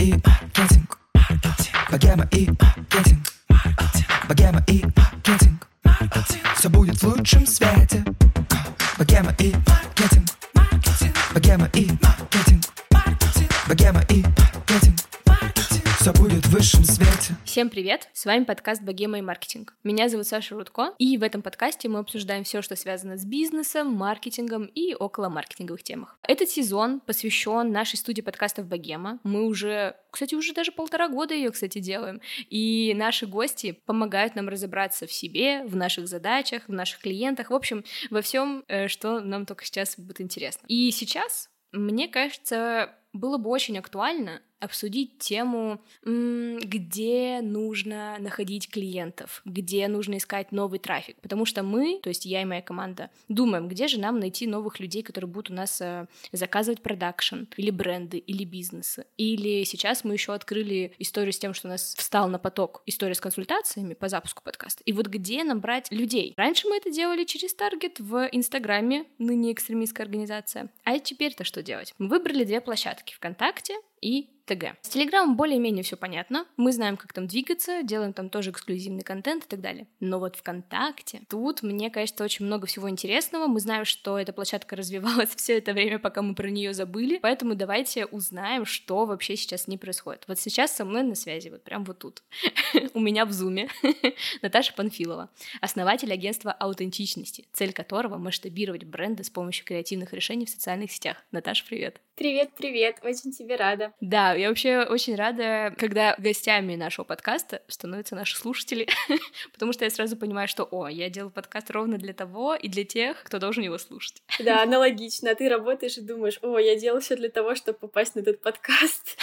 и маркетинг. Богема и маркетинг. Богема и маркетинг. Все будет в лучшем свете. Богема и маркетинг. Богема и маркетинг. Богема и маркетинг. Все будет в высшем свете. Всем привет! С вами подкаст «Богема и маркетинг». Меня зовут Саша Рудко, и в этом подкасте мы обсуждаем все, что связано с бизнесом, маркетингом и около маркетинговых темах. Этот сезон посвящен нашей студии подкастов «Богема». Мы уже даже 1,5 года ее, делаем, и наши гости помогают нам разобраться в себе, в наших задачах, в наших клиентах, в общем, во всем, что нам только сейчас будет интересно. И сейчас, мне кажется, было бы очень актуально обсудить тему, где нужно находить клиентов, где нужно искать новый трафик, потому что мы, то есть я и моя команда, думаем, где же нам найти новых людей, которые будут у нас заказывать продакшн, или бренды, или бизнесы. Или сейчас мы еще открыли историю с тем, что у нас встал на поток история с консультациями по запуску подкаста. И вот где нам брать людей? Раньше мы это делали через таргет в Инстаграме, ныне экстремистская организация. А теперь-то что делать? Мы выбрали 2 площадки: ВКонтакте и ТГ. С Телеграмом более-менее все понятно, мы знаем, как там двигаться, делаем там тоже эксклюзивный контент и так далее. Но вот ВКонтакте, тут, мне кажется, очень много всего интересного. Мы знаем, что эта площадка развивалась все это время, пока мы про нее забыли, поэтому давайте узнаем, что вообще сейчас с ней происходит. Вот сейчас со мной на связи, вот прям вот тут, у меня в зуме, Наташа Панфилова, основатель агентства аутентичности, цель которого — масштабировать бренды с помощью креативных решений в социальных сетях. Наташа, привет! Привет, очень тебе рада. Да, я вообще очень рада, когда гостями нашего подкаста становятся наши слушатели, потому что я сразу понимаю, что, я делаю подкаст ровно для того и для тех, кто должен его слушать. Да, аналогично. Ты работаешь и думаешь, я делаю все для того, чтобы попасть на этот подкаст.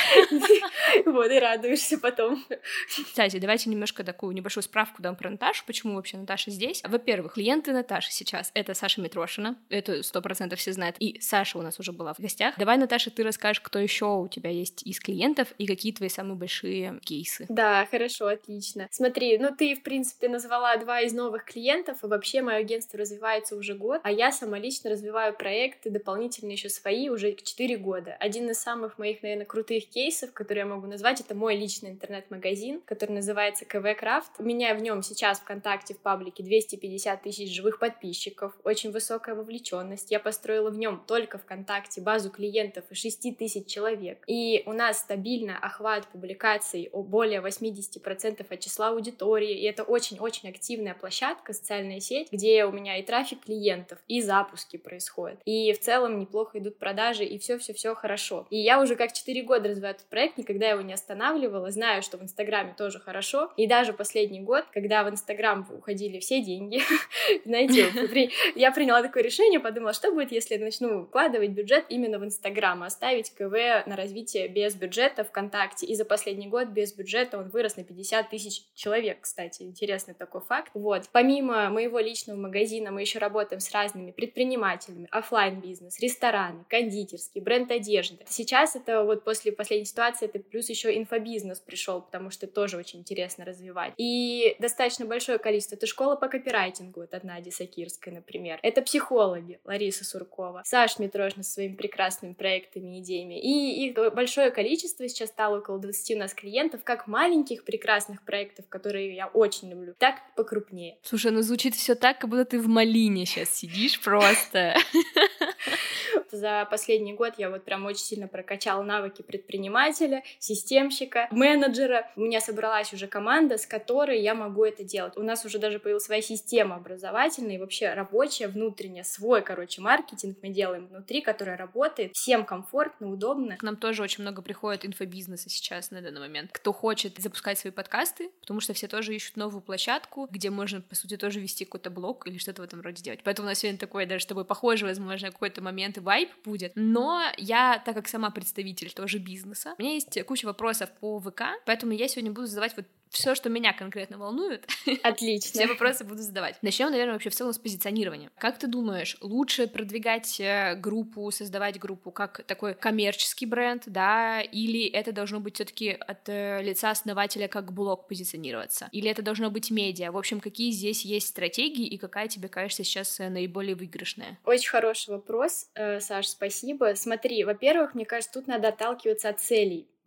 Вот, и радуешься потом. Кстати, давайте немножко такую небольшую справку дам про Наташу, почему вообще Наташа здесь. Во-первых, клиенты Наташи сейчас — это Саша Митрошина, это 100% все знают, и Саша у нас уже была в гостях. Давай, Наташа, ты расскажешь, кто еще у тебя есть из клиентов и какие твои самые большие кейсы. Да, хорошо, отлично. Смотри, ты, в принципе, назвала 2 из новых клиентов, и вообще мое агентство развивается уже год, а я сама лично развиваю проекты дополнительно еще свои уже 4 года. Один из самых моих, наверное, крутых кейсов, которые я могу назвать, это мой личный интернет-магазин, который называется КВ Крафт. У меня в нем сейчас ВКонтакте в паблике 250 тысяч живых подписчиков, очень высокая вовлеченность. Я построила в нем только ВКонтакте базу клиентов и 6 тысяч человек. И у нас стабильно охват публикаций более 80% от числа аудитории, и это очень-очень активная площадка, социальная сеть, где у меня и трафик клиентов, и запуски происходят, и в целом неплохо идут продажи, и все-все-все хорошо. И я уже как 4 года развиваю этот проект, никогда его не останавливала, знаю, что в Инстаграме тоже хорошо, и даже последний год, когда в Инстаграм уходили все деньги, знаете, я приняла такое решение, подумала, что будет, если я начну вкладывать бюджет именно в Инстаграм, оставить КВ на развитие без бюджета ВКонтакте, и за последний год без бюджета он вырос на 50 тысяч человек, кстати, интересный такой факт. Вот. Помимо моего личного магазина мы еще работаем с разными предпринимателями, офлайн-бизнес, рестораны, кондитерский, бренд одежды. Сейчас это вот после последней ситуации, это плюс еще инфобизнес пришел, потому что тоже очень интересно развивать. И достаточно большое количество. Это школа по копирайтингу, вот от Нади Сакирской, например. Это психологи, Лариса Суркова, Саша Митрошина со своими прекрасными проектами и идеями. И их большое количество, сейчас стало около 20 у нас клиентов, как маленьких прекрасных проектов, которые я очень люблю, так и покрупнее. Слушай, звучит все так, как будто ты в малине сейчас сидишь просто. За последний год я вот прям очень сильно прокачала навыки предпринимателя, системщика, менеджера. У меня собралась уже команда, с которой я могу это делать. У нас уже даже появилась своя система образовательная и вообще рабочая, внутренняя, свой, маркетинг мы делаем внутри, который работает, всем комфортно, удобно. К нам тоже очень много приходит инфобизнеса сейчас на данный момент, кто хочет запускать свои подкасты, потому что все тоже ищут новую площадку, где можно, по сути, тоже вести какой-то блог или что-то в этом роде делать. Поэтому у нас сегодня такой даже с тобой похожий, возможно, какой-то момент и вайб будет. Но я, так как сама представитель тоже бизнеса, у меня есть куча вопросов по ВК, поэтому я сегодня буду задавать вот все, что меня конкретно волнует. Отлично. Все вопросы буду задавать. Начнем, наверное, вообще в целом с позиционирования. Как ты думаешь, лучше продвигать группу, создавать группу как такой коммерческий бренд, да, или это должно быть все-таки от лица основателя как блог позиционироваться? Или это должно быть медиа? В общем, какие здесь есть стратегии и какая тебе кажется сейчас наиболее выигрышная? Очень хороший вопрос, Саш, спасибо. Смотри, во-первых, мне кажется, тут надо отталкиваться от целей.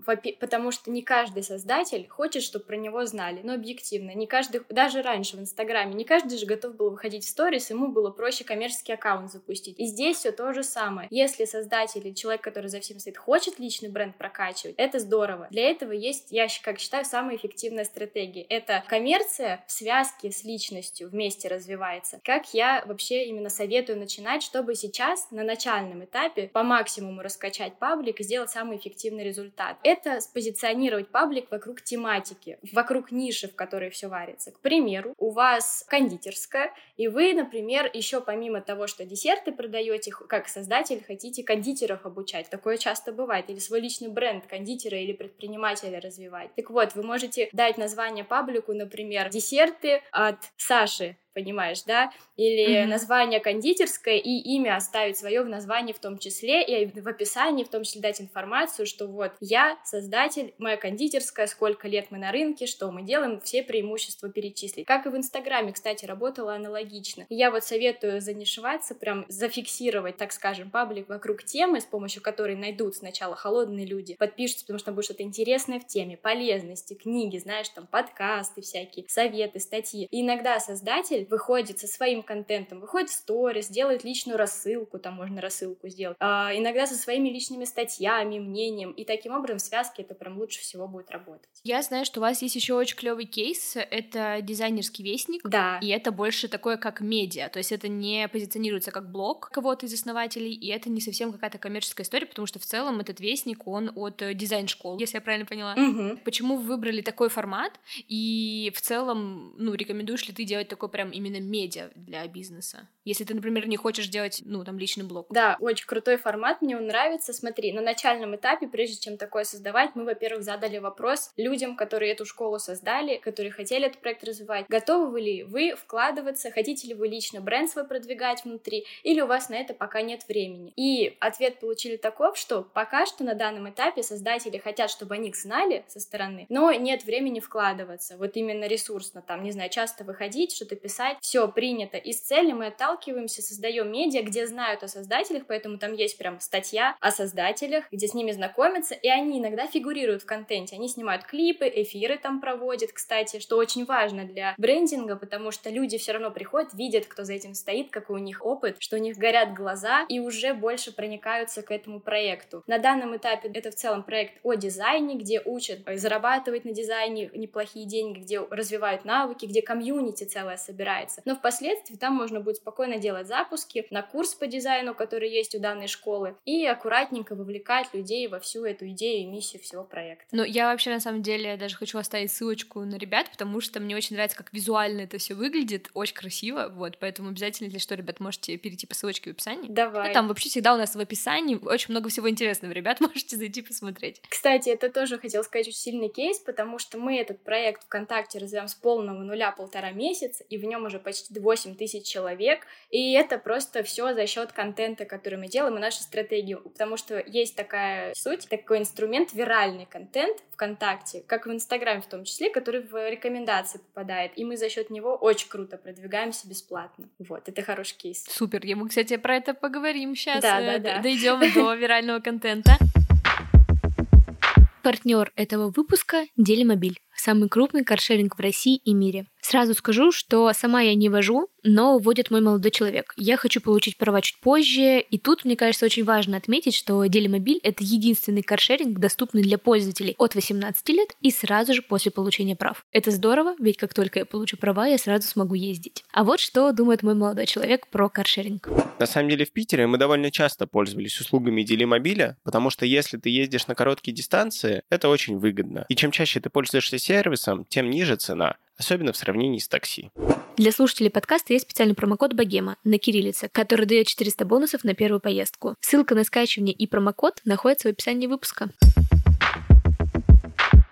Потому что не каждый создатель хочет, чтобы про него знали. Но объективно, не каждый, даже раньше в Инстаграме, не каждый же готов был выходить в сторис, ему было проще коммерческий аккаунт запустить. И здесь все то же самое. Если создатель или человек, который за всем стоит, хочет личный бренд прокачивать, это здорово. Для этого есть, я как считаю, самая эффективная стратегия. Это коммерция в связке с личностью вместе развивается. Как я вообще именно советую начинать, чтобы сейчас на начальном этапе по максимуму раскачать паблик и сделать самый эффективный результат. Это спозиционировать паблик вокруг тематики, вокруг ниши, в которой все варится. К примеру, у вас кондитерская, и вы, например, еще помимо того, что десерты продаете, как создатель хотите кондитеров обучать. Такое часто бывает. Или свой личный бренд кондитера или предпринимателя развивать. Так вот, вы можете дать название паблику, например, «Десерты от Саши». Понимаешь, да? Или название кондитерское и имя оставить свое в названии в том числе, и в описании в том числе дать информацию, что вот я создатель, моя кондитерская, сколько лет мы на рынке, что мы делаем, все преимущества перечислить. Как и в Инстаграме, кстати, работало аналогично. Я вот советую занишеваться, прям зафиксировать, так скажем, паблик вокруг темы, с помощью которой найдут сначала холодные люди, подпишутся, потому что будет что-то интересное в теме, полезности, книги, знаешь, там подкасты всякие, советы, статьи. И иногда создатель выходит со своим контентом, выходит в сторис, делает личную рассылку, там можно рассылку сделать, иногда со своими личными статьями, мнением, и таким образом в связке это прям лучше всего будет работать. Я знаю, что у вас есть еще очень клевый кейс, это дизайнерский вестник, да. И это больше такое, как медиа, то есть это не позиционируется как блог кого-то из основателей, и это не совсем какая-то коммерческая история, потому что в целом этот вестник, он от дизайн-школ, если я правильно поняла. Почему вы выбрали такой формат, и в целом, рекомендуешь ли ты делать такой прям именно медиа для бизнеса? Если ты, например, не хочешь делать, там, личный блог. Да, очень крутой формат, мне он нравится. Смотри, на начальном этапе, прежде чем такое создавать, мы, во-первых, задали вопрос людям, которые эту школу создали, которые хотели этот проект развивать. Готовы ли вы вкладываться, хотите ли вы лично бренд свой продвигать внутри, или у вас на это пока нет времени? И ответ получили таков, что пока что на данном этапе создатели хотят, чтобы о них знали со стороны, но нет времени вкладываться, вот именно ресурсно, там, не знаю, часто выходить, что-то писать. Все принято. И с целью мы отталкиваемся, создаем медиа, где знают о создателях, поэтому там есть прям статья о создателях, где с ними знакомятся, и они иногда фигурируют в контенте. Они снимают клипы, эфиры там проводят, кстати, что очень важно для брендинга, потому что люди все равно приходят, видят, кто за этим стоит, какой у них опыт, что у них горят глаза, и уже больше проникаются к этому проекту. На данном этапе это в целом проект о дизайне, где учат зарабатывать на дизайне неплохие деньги, где развивают навыки, где комьюнити целое собирается. Но впоследствии там можно будет спокойно делать запуски на курс по дизайну, который есть у данной школы, и аккуратненько вовлекать людей во всю эту идею и миссию всего проекта. Я вообще, на самом деле, даже хочу оставить ссылочку на ребят, потому что мне очень нравится, как визуально это все выглядит, очень красиво, поэтому обязательно, если что, ребят, можете перейти по ссылочке в описании. Давай. Там вообще всегда у нас в описании очень много всего интересного, ребят, можете зайти посмотреть. Кстати, это тоже, хотела сказать, очень сильный кейс, потому что мы этот проект ВКонтакте развиваем с полного нуля 1,5 месяца, и в нем уже почти 8 тысяч человек, и это просто все за счет контента, который мы делаем, и нашей стратегии, потому что есть такая суть, такой инструмент, виральный контент ВКонтакте, как в Инстаграме в том числе, который в рекомендации попадает, и мы за счет него очень круто продвигаемся бесплатно. Это хороший кейс. Супер, мы, кстати, про это поговорим сейчас, да. Дойдем до вирального контента. Партнер этого выпуска — Делимобиль, самый крупный каршеринг в России и мире. Сразу скажу, что сама я не вожу, но водит мой молодой человек. Я хочу получить права чуть позже, и тут, мне кажется, очень важно отметить, что Делимобиль — это единственный каршеринг, доступный для пользователей от 18 лет и сразу же после получения прав. Это здорово, ведь как только я получу права, я сразу смогу ездить. А вот что думает мой молодой человек про каршеринг. На самом деле в Питере мы довольно часто пользовались услугами Делимобиля, потому что если ты ездишь на короткие дистанции, это очень выгодно. И чем чаще ты пользуешься сервисом, тем ниже цена, особенно в сравнении с такси. Для слушателей подкаста есть специальный промокод «Богема» на кириллице, который дает 400 бонусов на первую поездку. Ссылка на скачивание и промокод находится в описании выпуска.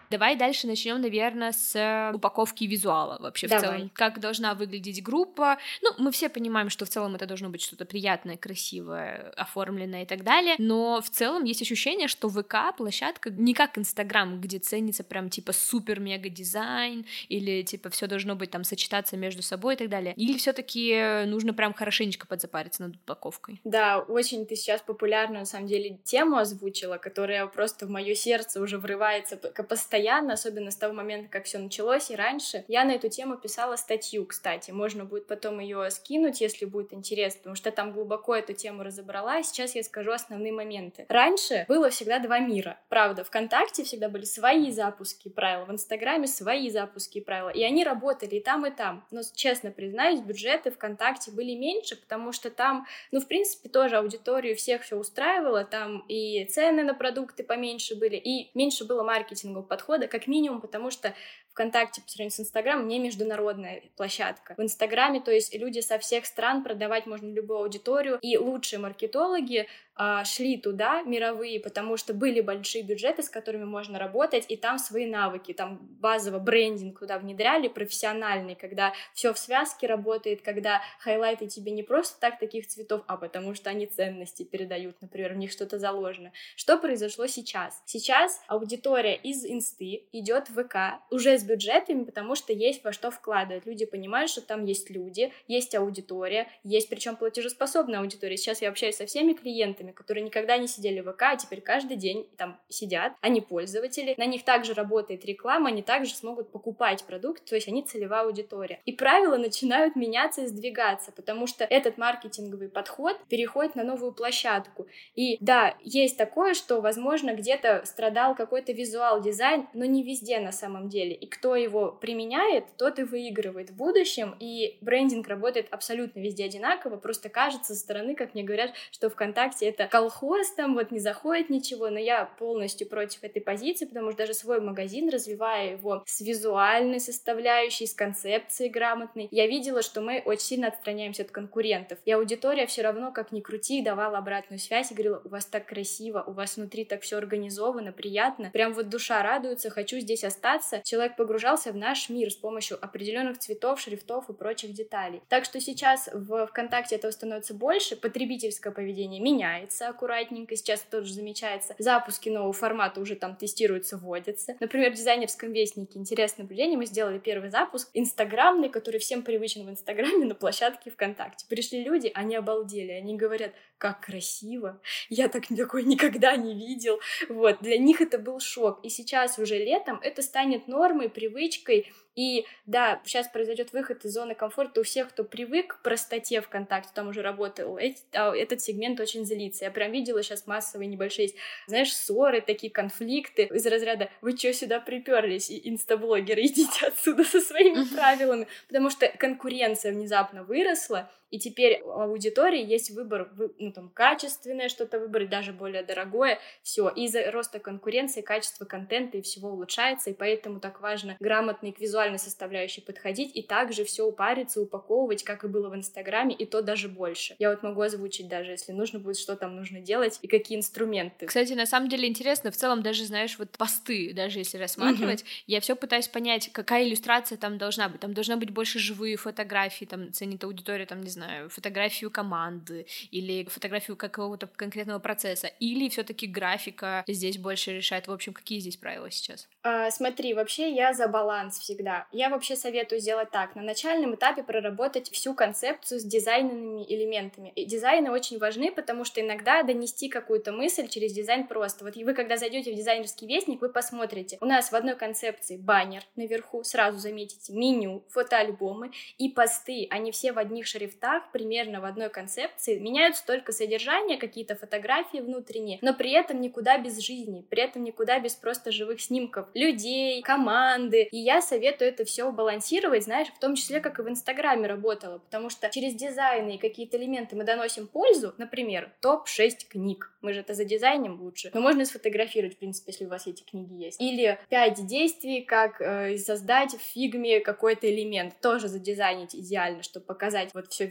Давай дальше начнем, наверное, с упаковки визуала вообще в целом. Как должна выглядеть группа. Ну, мы все понимаем, что в целом это должно быть что-то приятное, красивое, оформленное и так далее, но в целом есть ощущение, что ВК площадка не как Инстаграм, где ценится прям типа супер-мега дизайн, или типа все должно быть там сочетаться между собой и так далее. Или все-таки нужно прям хорошенечко подзапариться над упаковкой? Да, очень ты сейчас популярную, на самом деле, тему озвучила, которая просто в мое сердце уже врывается постоянно, особенно с того момента, как все началось и раньше. Я на эту тему писала статью, кстати, можно будет потом ее скинуть, если будет интересно, потому что там глубоко эту тему разобрала, и сейчас я скажу основные моменты. Раньше было всегда два мира, правда, ВКонтакте всегда были свои запуски правил, в Инстаграме свои запуски правила, и они работали и там, но, честно признаюсь, бюджеты ВКонтакте были меньше, потому что там, в принципе, тоже аудиторию всех все устраивало, там и цены на продукты поменьше были, и меньше было маркетингового подхода, как минимум, потому что ВКонтакте по сравнению с Инстаграмом не международная площадка. В Инстаграме, то есть люди со всех стран, продавать можно любую аудиторию, и лучшие маркетологи шли туда, мировые, потому что были большие бюджеты, с которыми можно работать, и там свои навыки, там базово брендинг туда внедряли, профессиональный, когда все в связке работает, когда хайлайты тебе не просто так таких цветов, а потому что они ценности передают, например, в них что-то заложено. Что произошло сейчас? Сейчас аудитория из Инсты идет в ВК уже с бюджетами, потому что есть во что вкладывать. Люди понимают, что там есть люди, есть аудитория, есть причем платежеспособная аудитория. Сейчас я общаюсь со всеми клиентами, которые никогда не сидели в ВК, а теперь каждый день там сидят, они пользователи, на них также работает реклама, они также смогут покупать продукт, то есть они целевая аудитория. И правила начинают меняться и сдвигаться, потому что этот маркетинговый подход переходит на новую площадку. И да, есть такое, что, возможно, где-то страдал какой-то визуал, дизайн, но не везде на самом деле. И кто его применяет, тот и выигрывает в будущем, и брендинг работает абсолютно везде одинаково, просто кажется со стороны, как мне говорят, что ВКонтакте это колхоз, там вот не заходит ничего, но я полностью против этой позиции, потому что даже свой магазин, развивая его с визуальной составляющей, с концепцией грамотной, я видела, что мы очень сильно отстраняемся от конкурентов, и аудитория все равно, как ни крути, давала обратную связь и говорила: у вас так красиво, у вас внутри так все организовано, приятно, прям вот душа радуется, хочу здесь остаться. Человек погружался в наш мир с помощью определенных цветов, шрифтов и прочих деталей. Так что сейчас в ВКонтакте этого становится больше, потребительское поведение меняется аккуратненько, сейчас тоже замечается, запуски нового формата уже там тестируются, вводятся. Например, в дизайнерском вестнике интересное наблюдение, мы сделали первый запуск инстаграмный, который всем привычен в Инстаграме, на площадке ВКонтакте. Пришли люди, они обалдели, они говорят: как красиво, я такой никогда не видел. Вот, для них это был шок. И сейчас уже летом это станет нормой, привычкой. И да, сейчас произойдет выход из зоны комфорта у всех, кто привык к простоте ВКонтакте, там уже работал, этот сегмент очень злится. Я прям видела сейчас массовые небольшие, знаешь, ссоры, такие конфликты из разряда: вы чё сюда приперлись, инстаблогеры, идите отсюда со своими правилами, потому что конкуренция внезапно выросла, и теперь у аудитории есть выбор, качественное что-то выбрать, даже более дорогое, все. Из-за роста конкуренции качество контента и всего улучшается, и поэтому так важно грамотно к визуальной составляющей подходить и также все упариться, упаковывать, как и было в Инстаграме, и то даже больше. Я вот могу озвучить даже, если нужно будет, что там нужно делать и какие инструменты. Кстати, на самом деле интересно, в целом даже, знаешь, вот посты, даже если рассматривать, я все пытаюсь понять, какая иллюстрация там должна быть. Там должна быть больше живые фотографии, там ценит аудитория, там, не знаю, фотографию команды или фотографию какого-то конкретного процесса, или все-таки графика здесь больше решает. В общем, какие здесь правила сейчас? Смотри, вообще я за баланс всегда. Я вообще советую сделать так: на начальном этапе проработать всю концепцию с дизайнерными элементами. И дизайны очень важны, потому что иногда донести какую-то мысль через дизайн просто. Вот вы, когда зайдете в дизайнерский вестник, вы посмотрите, у нас в одной концепции баннер наверху, сразу заметите, меню, фотоальбомы и посты, они все в одних шрифтах, примерно в одной концепции, меняются только содержание, какие-то фотографии внутренние, но при этом никуда без жизни, при этом никуда без просто живых снимков людей, команды. И я советую это все балансировать, знаешь, в том числе, как и в Инстаграме работало, потому что через дизайны и какие-то элементы мы доносим пользу, например, топ-6 книг. Мы же это задизайним лучше, но можно сфотографировать, в принципе, если у вас эти книги есть. Или 5 действий, как создать в фигме какой-то элемент, тоже задизайнить идеально, чтобы показать вот все визуально,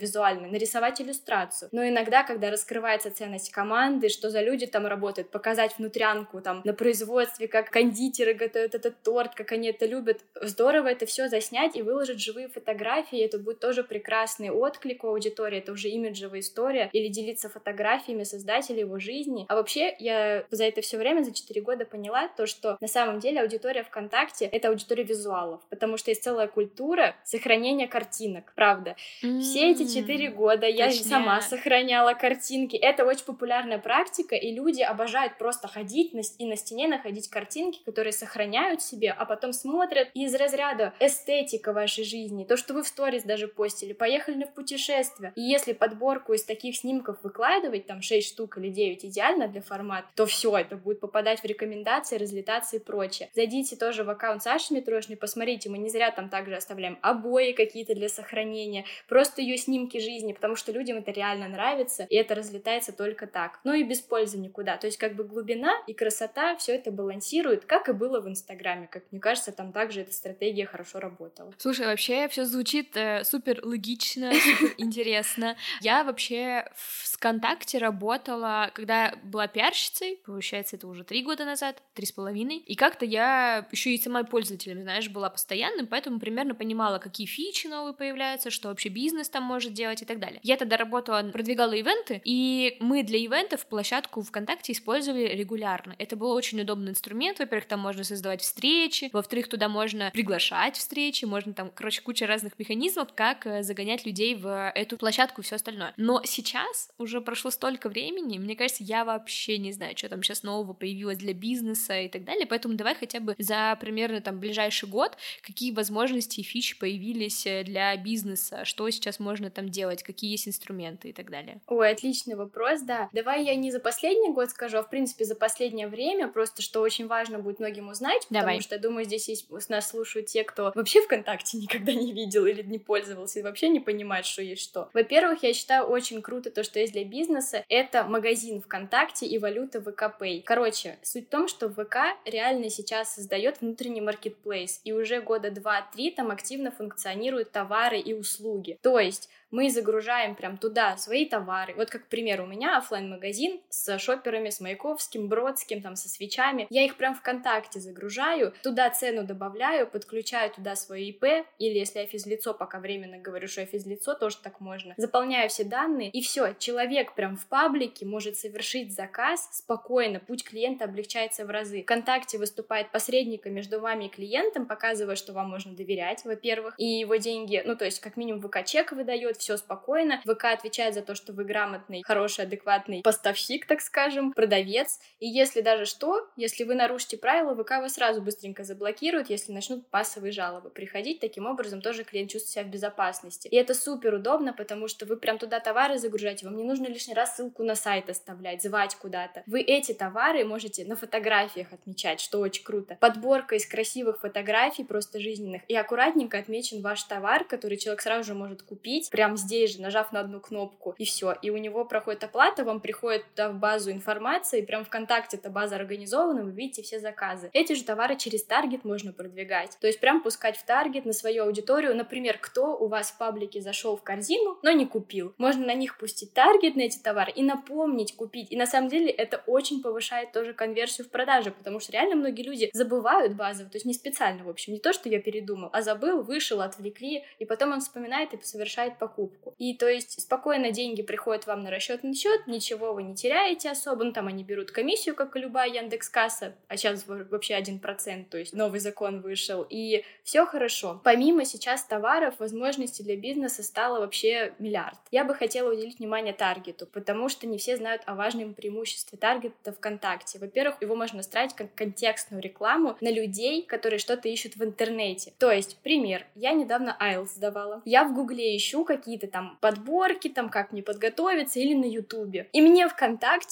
визуальное, нарисовать иллюстрацию. Но иногда, когда раскрывается ценность команды, что за люди там работают, показать внутрянку там на производстве, как кондитеры готовят этот торт, как они это любят, здорово это все заснять и выложить живые фотографии, это будет тоже прекрасный отклик у аудитории, это уже имиджевая история, или делиться фотографиями создателей его жизни. А вообще, я за это все время, за 4 года поняла то, что на самом деле аудитория ВКонтакте — это аудитория визуалов, потому что есть целая культура сохранения картинок, правда. Все эти 4 года я сама сохраняла картинки, это очень популярная практика, и люди обожают просто ходить и на стене находить картинки, которые сохраняют себе, а потом смотрят из разряда эстетика вашей жизни, то, что вы в сторис даже постили, поехали в путешествие. И если подборку из таких снимков выкладывать, там 6 штук или 9 идеально для формата, то все это будет попадать в рекомендации, разлетаться и прочее. Зайдите тоже в аккаунт Саши Митрошиной, посмотрите, мы не зря там также оставляем обои какие-то для сохранения, просто ее снимки жизни, потому что людям это реально нравится, и это разлетается только так. Ну и без пользы никуда. То есть как бы глубина и красота, все это балансирует, как и было в Инстаграме. Как мне кажется, там также эта стратегия хорошо работала. Слушай, вообще все звучит супер логично, супер интересно. Я вообще в ВКонтакте работала, когда была пиарщицей, получается, это уже 3 года назад, 3,5, и как-то я еще и сама пользователем, знаешь, была постоянным, поэтому примерно понимала, какие фичи новые появляются, что вообще бизнес там может делать и так далее. Я тогда работала, продвигала ивенты, и мы для ивентов площадку ВКонтакте использовали регулярно. Это был очень удобный инструмент, во-первых, там можно создавать встречи, во-вторых, туда можно приглашать встречи, можно там, короче, куча разных механизмов, как загонять людей в эту площадку и все остальное. Но сейчас уже прошло столько времени, мне кажется, я вообще не знаю, что там сейчас нового появилось для бизнеса и так далее, поэтому давай хотя бы за примерно там ближайший год, какие возможности и фичи появились для бизнеса, что сейчас можно там делать, какие есть инструменты и так далее. Ой, отличный вопрос, да. Давай я не за последний год скажу, а в принципе за последнее время, просто что очень важно будет многим узнать, потому что, я думаю, здесь есть, нас слушают те, кто вообще ВКонтакте никогда не видел или не пользовался и вообще не понимает, что есть что. Во-первых, я считаю очень круто то, что есть для бизнеса, это магазин ВКонтакте и валюта ВК-Pay. Короче, суть в том, что ВК реально сейчас создает внутренний маркетплейс, и уже года 2-3 там активно функционируют товары и услуги. То есть мы загружаем прям туда свои товары. Вот как, к примеру, у меня офлайн-магазин с шопперами, с Маяковским, Бродским, там, со свечами. Я их прям ВКонтакте загружаю, туда цену добавляю, подключаю туда свое ИП, или если я физлицо, пока временно говорю, что я физлицо, тоже так можно. Заполняю все данные, и все, человек прям в паблике может совершить заказ спокойно, путь клиента облегчается в разы. ВКонтакте выступает посредником между вами и клиентом, показывая, что вам можно доверять, во-первых, и его деньги, ну, то есть, как минимум, ВК-чек выдает, все спокойно. ВК отвечает за то, что вы грамотный, хороший, адекватный поставщик, так скажем, продавец. И если даже что, если вы нарушите правила, ВК вас сразу быстренько заблокирует, если начнут пассовые жалобы приходить. Таким образом, тоже клиент чувствует себя в безопасности. И это супер удобно, потому что вы прям туда товары загружаете, вам не нужно лишний раз ссылку на сайт оставлять, звать куда-то. Вы эти товары можете на фотографиях отмечать, что очень круто. Подборка из красивых фотографий, просто жизненных, и аккуратненько отмечен ваш товар, который человек сразу же может купить, прям здесь же, нажав на одну кнопку, и все. И у него проходит оплата, вам приходит туда в базу информация, и прям ВКонтакте эта база организована, вы видите все заказы. Эти же товары через таргет можно продвигать. То есть прям пускать в таргет на свою аудиторию. Например, кто у вас в паблике зашел в корзину, но не купил. Можно на них пустить таргет на эти товары и напомнить купить. И на самом деле это очень повышает тоже конверсию в продаже, потому что реально многие люди забывают базово, то есть не специально, в общем, не то, что я передумал, а забыл, вышел, отвлекли, и потом он вспоминает и совершает покупку. И то есть спокойно деньги приходят вам на расчетный счет, ничего вы не теряете особо, ну там они берут комиссию, как и любая Яндекс.Касса, а сейчас вообще 1%, то есть новый закон вышел, и все хорошо. Помимо сейчас товаров, возможностей для бизнеса стало вообще миллиард. Я бы хотела уделить внимание таргету, потому что не все знают о важном преимуществе таргета ВКонтакте. Во-первых, его можно настраивать как контекстную рекламу на людей, которые что-то ищут в интернете. То есть, пример, я недавно IELTS сдавала, я в Гугле ищу какие-то там подборки, там как мне подготовиться, или на Ютубе. И мне ВКонтакте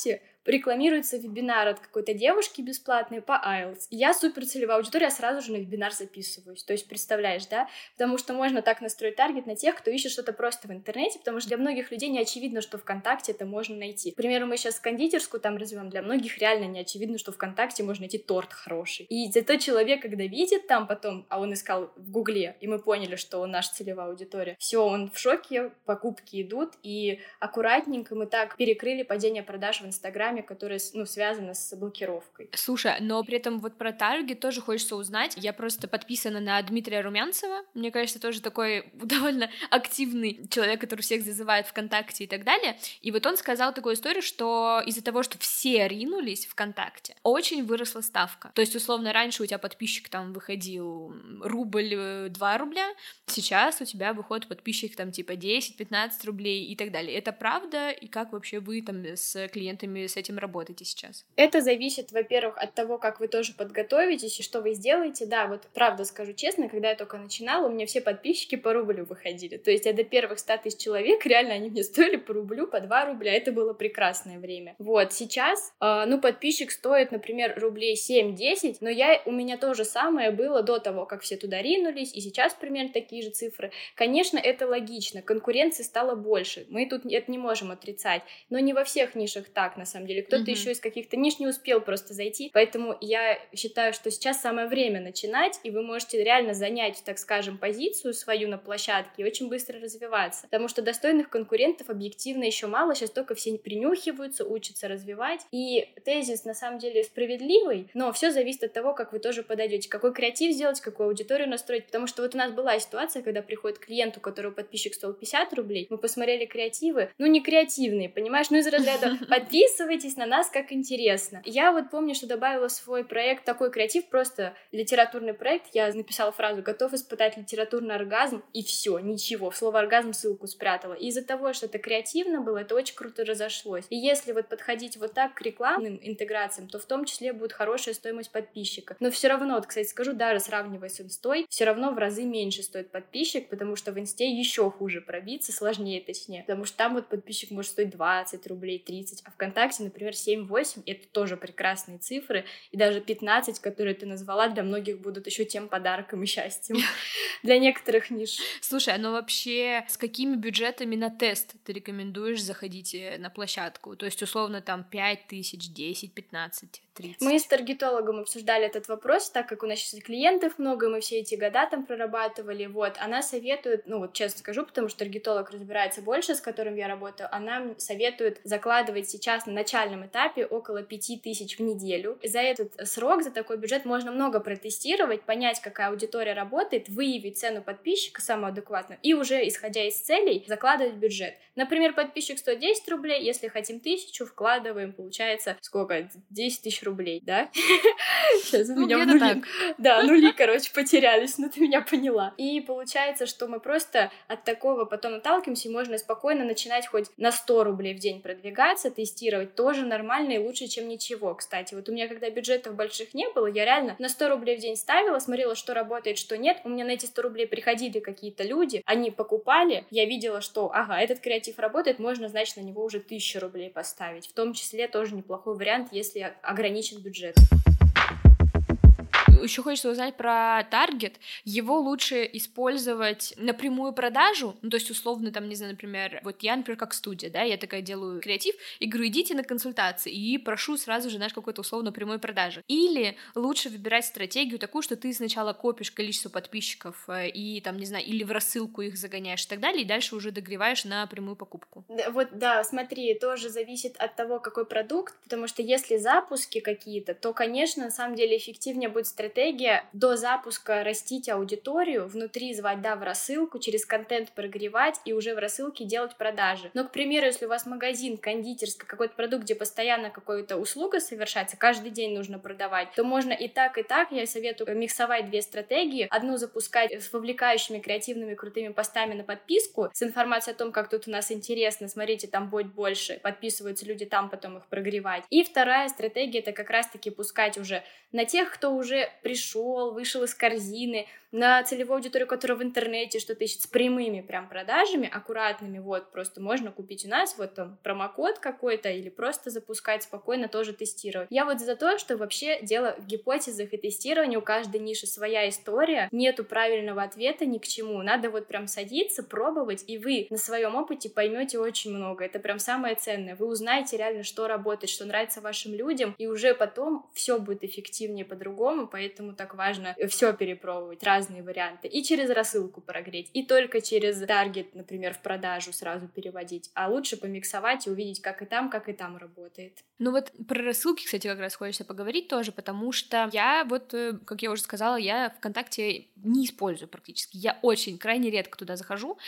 рекламируется вебинар от какой-то девушки бесплатный по IELTS. Я супер целевая аудитория, я сразу же на вебинар записываюсь. То есть, представляешь, да? Потому что можно так настроить таргет на тех, кто ищет что-то просто в интернете, потому что для многих людей не очевидно, что ВКонтакте это можно найти. К примеру, мы сейчас кондитерскую там развиваем, для многих реально не очевидно, что ВКонтакте можно найти торт хороший. И зато человек, когда видит там потом, а он искал в Гугле, и мы поняли, что он наша целевая аудитория, все, он в шоке, покупки идут, и аккуратненько мы так перекрыли падение продаж в Инстаграме, которое, связано с блокировкой. Слушай, но при этом вот про таргет тоже хочется узнать. Я просто подписана на Дмитрия Румянцева. Мне кажется, тоже такой довольно активный человек, который всех зазывает ВКонтакте и так далее. И вот он сказал такую историю, что из-за того, что все ринулись ВКонтакте, очень выросла ставка. То есть, условно, раньше у тебя подписчик там выходил рубль, 2 рубля, сейчас у тебя выходит подписчик там типа 10-15 рублей и так далее. Это правда? И как вообще вы там с клиентами с этим работаете сейчас? Это зависит, во-первых, от того, как вы тоже подготовитесь и что вы сделаете. Да, вот правда скажу честно, когда я только начинала, у меня все подписчики по рублю выходили. То есть я до первых 100 тысяч человек, реально они мне стоили по рублю, по 2 рубля. Это было прекрасное время. Вот, сейчас, подписчик стоит, например, рублей 7-10, но у меня то же самое было до того, как все туда ринулись, и сейчас примерно такие же цифры. Конечно, это логично, конкуренции стало больше, мы тут это не можем отрицать, но не во всех нишах так, на самом деле. Кто-то еще из каких-то ниш не успел просто зайти, поэтому я считаю, что сейчас самое время начинать, и вы можете реально занять, так скажем, позицию свою на площадке и очень быстро развиваться, потому что достойных конкурентов объективно еще мало, сейчас только все принюхиваются, учатся развивать, и тезис на самом деле справедливый, но все зависит от того, как вы тоже подойдете, какой креатив сделать, какую аудиторию настроить, потому что вот у нас была ситуация, когда приходит клиент, у которого подписчик стоил 50 рублей, мы посмотрели креативы, не креативные, понимаешь, из разряда подписывайтесь на нас, как интересно. Я вот помню, что добавила в свой проект такой креатив, просто литературный проект, я написала фразу «готов испытать литературный оргазм», и все, ничего, в слово оргазм ссылку спрятала. И из-за того, что это креативно было, это очень круто разошлось. И если вот подходить вот так к рекламным интеграциям, то в том числе будет хорошая стоимость подписчика. Но все равно, вот, кстати, скажу, даже сравнивая с инстой, все равно в разы меньше стоит подписчик, потому что в инсте еще хуже пробиться, сложнее точнее, потому что там вот подписчик может стоить 20 рублей, 30, а ВКонтакте, например, 7-8, это тоже прекрасные цифры, и даже 15, которые ты назвала, для многих будут еще тем подарком и счастьем для некоторых ниш. Слушай, вообще с какими бюджетами на тест ты рекомендуешь заходить на площадку? То есть, условно, там 5 тысяч, 10, 15, 30? Мы с таргетологом обсуждали этот вопрос, так как у нас сейчас клиентов много, мы все эти года там прорабатывали, она советует, честно скажу, потому что таргетолог разбирается больше, с которым я работаю, она советует закладывать сейчас на начальном этапе около 5 тысяч в неделю. За этот срок, за такой бюджет можно много протестировать, понять, какая аудитория работает, выявить цену подписчика самую адекватную и уже, исходя из целей, закладывать бюджет. Например, подписчик стоит 10 рублей, если хотим 1000, вкладываем, получается, сколько? 10 тысяч рублей, да? Сейчас у меня в нули. Да, нули, потерялись, но ты меня поняла. И получается, что мы просто от такого потом отталкиваемся, и можно спокойно начинать хоть на 100 рублей в день продвигаться, тестировать, тоже нормально и лучше, чем ничего, кстати. Вот у меня, когда бюджетов больших не было, я реально на 100 рублей в день ставила, смотрела, что работает, что нет. У меня на эти 100 рублей приходили какие-то люди, они покупали, я видела, что, этот креатив работает, можно, значит, на него уже 1000 рублей поставить. В том числе тоже неплохой вариант, если ограничен бюджет. Еще хочется узнать про таргет. Его лучше использовать на прямую продажу, то есть условно там, не знаю, например, вот я, например, как студия, да, я такая делаю креатив и говорю, идите на консультации и прошу сразу же, какой-то условно прямой продажи. Или лучше выбирать стратегию такую, что ты сначала копишь количество подписчиков и там, не знаю, или в рассылку их загоняешь и так далее, и дальше уже догреваешь на прямую покупку. Да, смотри, тоже зависит от того, какой продукт, потому что если запуски какие-то, то, конечно, на самом деле эффективнее будет стратегия до запуска растить аудиторию, внутри звать, в рассылку, через контент прогревать и уже в рассылке делать продажи. Но, к примеру, если у вас магазин, кондитерский, какой-то продукт, где постоянно какая-то услуга совершается, каждый день нужно продавать, то можно и так, я советую миксовать 2 стратегии. Одну запускать с вовлекающими, креативными, крутыми постами на подписку, с информацией о том, как тут у нас интересно, смотрите, там будет больше, подписываются люди там, потом их прогревать. И вторая стратегия — это как раз-таки пускать уже на тех, кто уже пришел, вышел из корзины, на целевую аудиторию, которая в интернете что-то ищет, с прямыми прям продажами, аккуратными, вот, просто можно купить у нас, вот там промокод какой-то, или просто запускать спокойно, тоже тестировать. Я вот за то, что вообще дело в гипотезах и тестировании, у каждой ниши своя история, нету правильного ответа ни к чему, надо вот прям садиться, пробовать, и вы на своем опыте поймете очень много, это прям самое ценное, вы узнаете реально, что работает, что нравится вашим людям, и уже потом все будет эффективнее по-другому, поэтому так важно все перепробовать, разные варианты, и через рассылку прогреть, и только через таргет, например, в продажу сразу переводить, а лучше помиксовать и увидеть, как и там работает. Ну вот про рассылки, кстати, как раз хочется поговорить тоже, потому что я вот, как я уже сказала, я ВКонтакте не использую практически, я очень крайне редко туда захожу,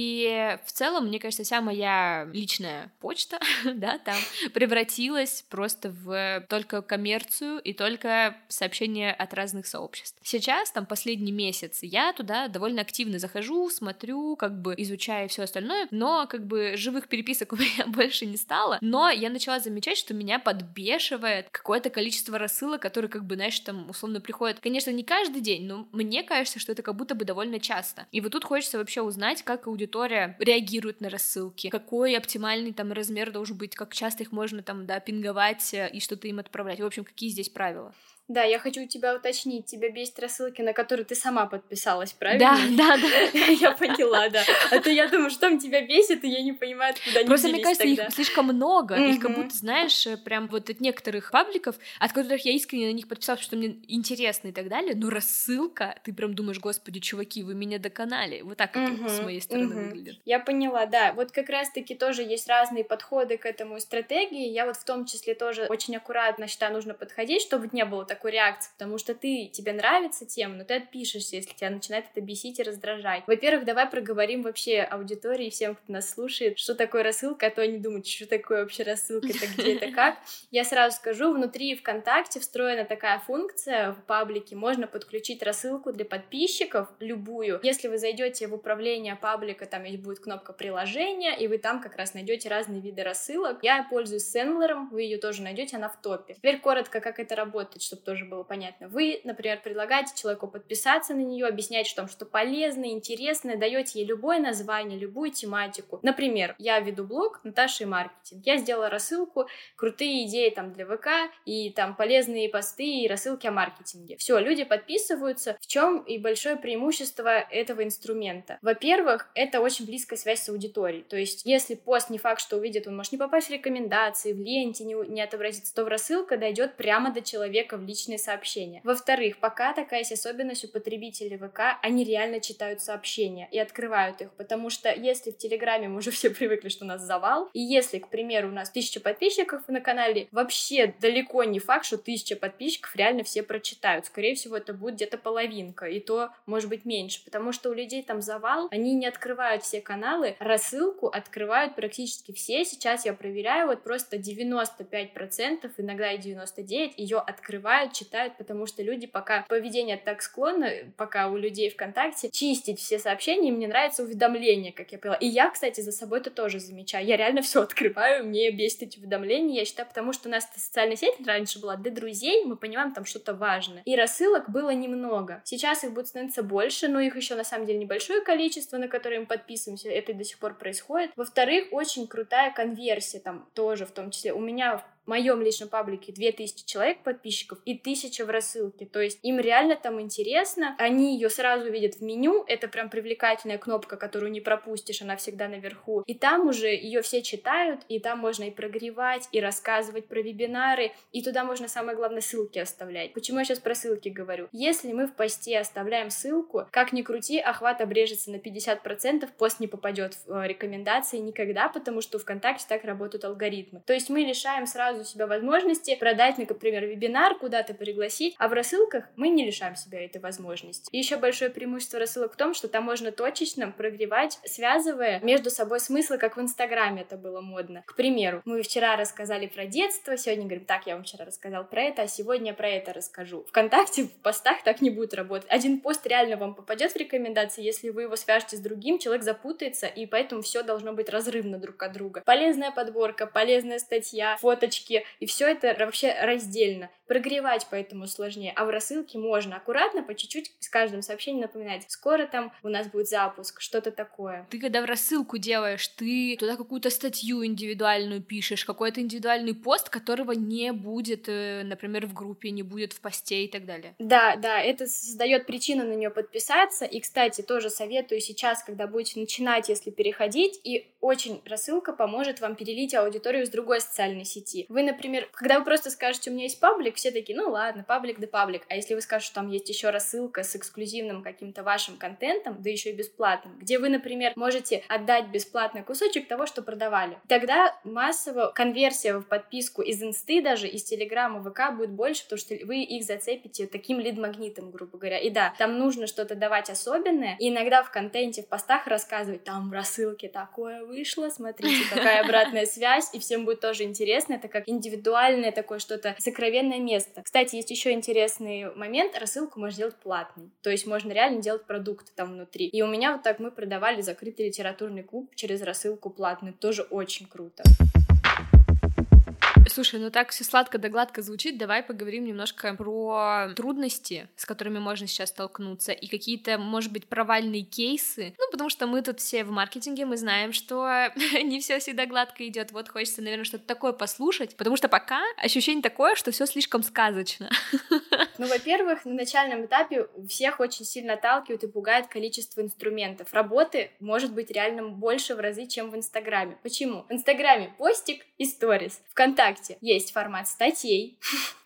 и в целом, мне кажется, вся моя личная почта, да, там превратилась просто в только коммерцию и только сообщения от разных сообществ. Сейчас, там, последний месяц, я туда довольно активно захожу, смотрю, как бы изучаю все остальное, но как бы живых переписок у меня больше не стало, но я начала замечать, что меня подбешивает какое-то количество рассылок, которые, как бы, знаешь, там, условно приходят, конечно, не каждый день, но мне кажется, что это как будто бы довольно часто. И вот тут хочется вообще узнать, как аудитория реагирует на рассылки, какой оптимальный там размер должен быть, как часто их можно там, да, пинговать и что-то им отправлять. В общем, какие здесь правила? Да, я хочу у тебя уточнить, тебя бесит рассылки, на которые ты сама подписалась, правильно? Да. Я поняла, да. А то я думаю, что там тебя бесит, и я не понимаю, откуда они Просто, мне взялись кажется, тогда. их слишком много, их как будто, знаешь, прям вот от некоторых пабликов, от которых я искренне на них подписалась, что мне интересно и так далее, но рассылка, ты прям думаешь, господи, чуваки, вы меня доконали. Вот так это с моей стороны выглядит. Я поняла, да. Вот как раз-таки тоже есть разные подходы к этому и стратегии. Я вот в том числе тоже очень аккуратно считаю, нужно подходить, чтобы не было такой реакции, потому что тебе нравится тема, но ты отпишешься, если тебя начинает это бесить и раздражать. Во-первых, давай проговорим вообще аудитории, всем, кто нас слушает, что такое рассылка, а то они думают, что такое вообще рассылка, это где, это как. Я сразу скажу, внутри ВКонтакте встроена такая функция в паблике, можно подключить рассылку для подписчиков, любую. Если вы зайдете в управление паблика, там будет кнопка приложения, и вы там как раз найдете разные виды рассылок. Я пользуюсь Сендлером, вы ее тоже найдете, она в топе. Теперь коротко, как это работает, чтобы тоже было понятно. Вы, например, предлагаете человеку подписаться на нее, объясняете, что там что полезное, интересное, даете ей любое название, любую тематику. Например, я веду блог «Наташа и маркетинг». Я сделала рассылку «Крутые идеи там для ВК» и там полезные посты и рассылки о маркетинге. Все, люди подписываются. В чем и большое преимущество этого инструмента? Во-первых, это очень близкая связь с аудиторией. То есть, если пост не факт, что увидит, он может не попасть в рекомендации, в ленте не отобразится, то рассылка дойдет прямо до человека в личные сообщения. Во-вторых, пока такая есть особенность у потребителей ВК, они реально читают сообщения и открывают их, потому что если в Телеграме мы уже все привыкли, что у нас завал, и если, к примеру, у нас 1000 подписчиков на канале, вообще далеко не факт, что 1000 подписчиков реально все прочитают. Скорее всего, это будет где-то половинка, и то, может быть, меньше, потому что у людей там завал, они не открывают все каналы, рассылку открывают практически все. Сейчас я проверяю, вот просто 95%, иногда и 99%, ее открывают, читают, потому что люди пока поведение так склонно, пока у людей ВКонтакте, чистить все сообщения, мне нравится уведомления, как я поняла. И я, кстати, за собой это тоже замечаю. Я реально все открываю, мне бесит эти уведомления, я считаю, потому что у нас социальная сеть раньше была для друзей, мы понимаем, там что-то важное. И рассылок было немного. Сейчас их будет становиться больше, но их еще на самом деле небольшое количество, на которые мы подписываемся, это до сих пор происходит. Во-вторых, очень крутая конверсия там тоже, в том числе. У меня в моем личном паблике 2000 человек подписчиков и 1000 в рассылке, то есть им реально там интересно, они ее сразу видят в меню, это прям привлекательная кнопка, которую не пропустишь, она всегда наверху, и там уже ее все читают, и там можно и прогревать, и рассказывать про вебинары, и туда можно, самое главное, ссылки оставлять. Почему я сейчас про ссылки говорю? Если мы в посте оставляем ссылку, как ни крути, охват обрежется на 50%, пост не попадет в рекомендации никогда, потому что ВКонтакте так работают алгоритмы. То есть мы лишаем сразу себя возможности продать, например, вебинар, куда-то пригласить, а в рассылках мы не лишаем себя этой возможности. И еще большое преимущество рассылок в том, что там можно точечно прогревать, связывая между собой смыслы, как в Инстаграме это было модно. К примеру, мы вчера рассказали про детство, сегодня говорим, так, я вам вчера рассказал про это, а сегодня про это расскажу. ВКонтакте в постах так не будет работать. Один пост реально вам попадет в рекомендации, если вы его свяжете с другим, человек запутается, и поэтому все должно быть разрывно друг от друга. Полезная подборка, полезная статья, фоточки ссылочки, и все это вообще раздельно. Прогревать поэтому сложнее, а в рассылке можно аккуратно, по чуть-чуть с каждым сообщением напоминать: скоро там у нас будет запуск, что-то такое. Ты когда в рассылку делаешь, ты туда какую-то статью индивидуальную пишешь, какой-то индивидуальный пост, которого не будет, например, в группе, не будет в посте и так далее. Да, это создает причину на нее подписаться. И, кстати, тоже советую сейчас, когда будете начинать, если переходить, и очень рассылка поможет вам перелить аудиторию с другой социальной сети. Вы, например, когда вы просто скажете: у меня есть паблик, все такие: ну ладно, паблик да паблик. А если вы скажете, что там есть еще рассылка с эксклюзивным каким-то вашим контентом, да еще и бесплатным, где вы, например, можете отдать бесплатный кусочек того, что продавали, тогда массово конверсия в подписку из Инсты, даже из Телеграма, ВК будет больше, потому что вы их зацепите таким лид-магнитом, грубо говоря. И да, там нужно что-то давать особенное, и иногда в контенте, в постах рассказывать: там в рассылке такое вышло, смотрите, какая обратная связь, и всем будет тоже интересно. Это как индивидуальное такое что-то сокровенное место. Кстати, есть еще интересный момент: рассылку можно делать платной, то есть можно реально делать продукты там внутри. И у меня вот так мы продавали закрытый литературный клуб через рассылку платную, тоже очень круто. Слушай, ну так все сладко да гладко звучит, давай поговорим немножко про трудности, с которыми можно сейчас столкнуться, и какие-то, может быть, провальные кейсы, ну, потому что мы тут все в маркетинге, мы знаем, что не все всегда гладко идет. Вот хочется, наверное, что-то такое послушать, потому что пока ощущение такое, что все слишком сказочно. Ну, во-первых, на начальном этапе всех очень сильно отталкивает и пугает количество инструментов. Работы может быть реально больше в разы, чем в Инстаграме. Почему? В Инстаграме постик и сторис. ВКонтакте есть формат статей,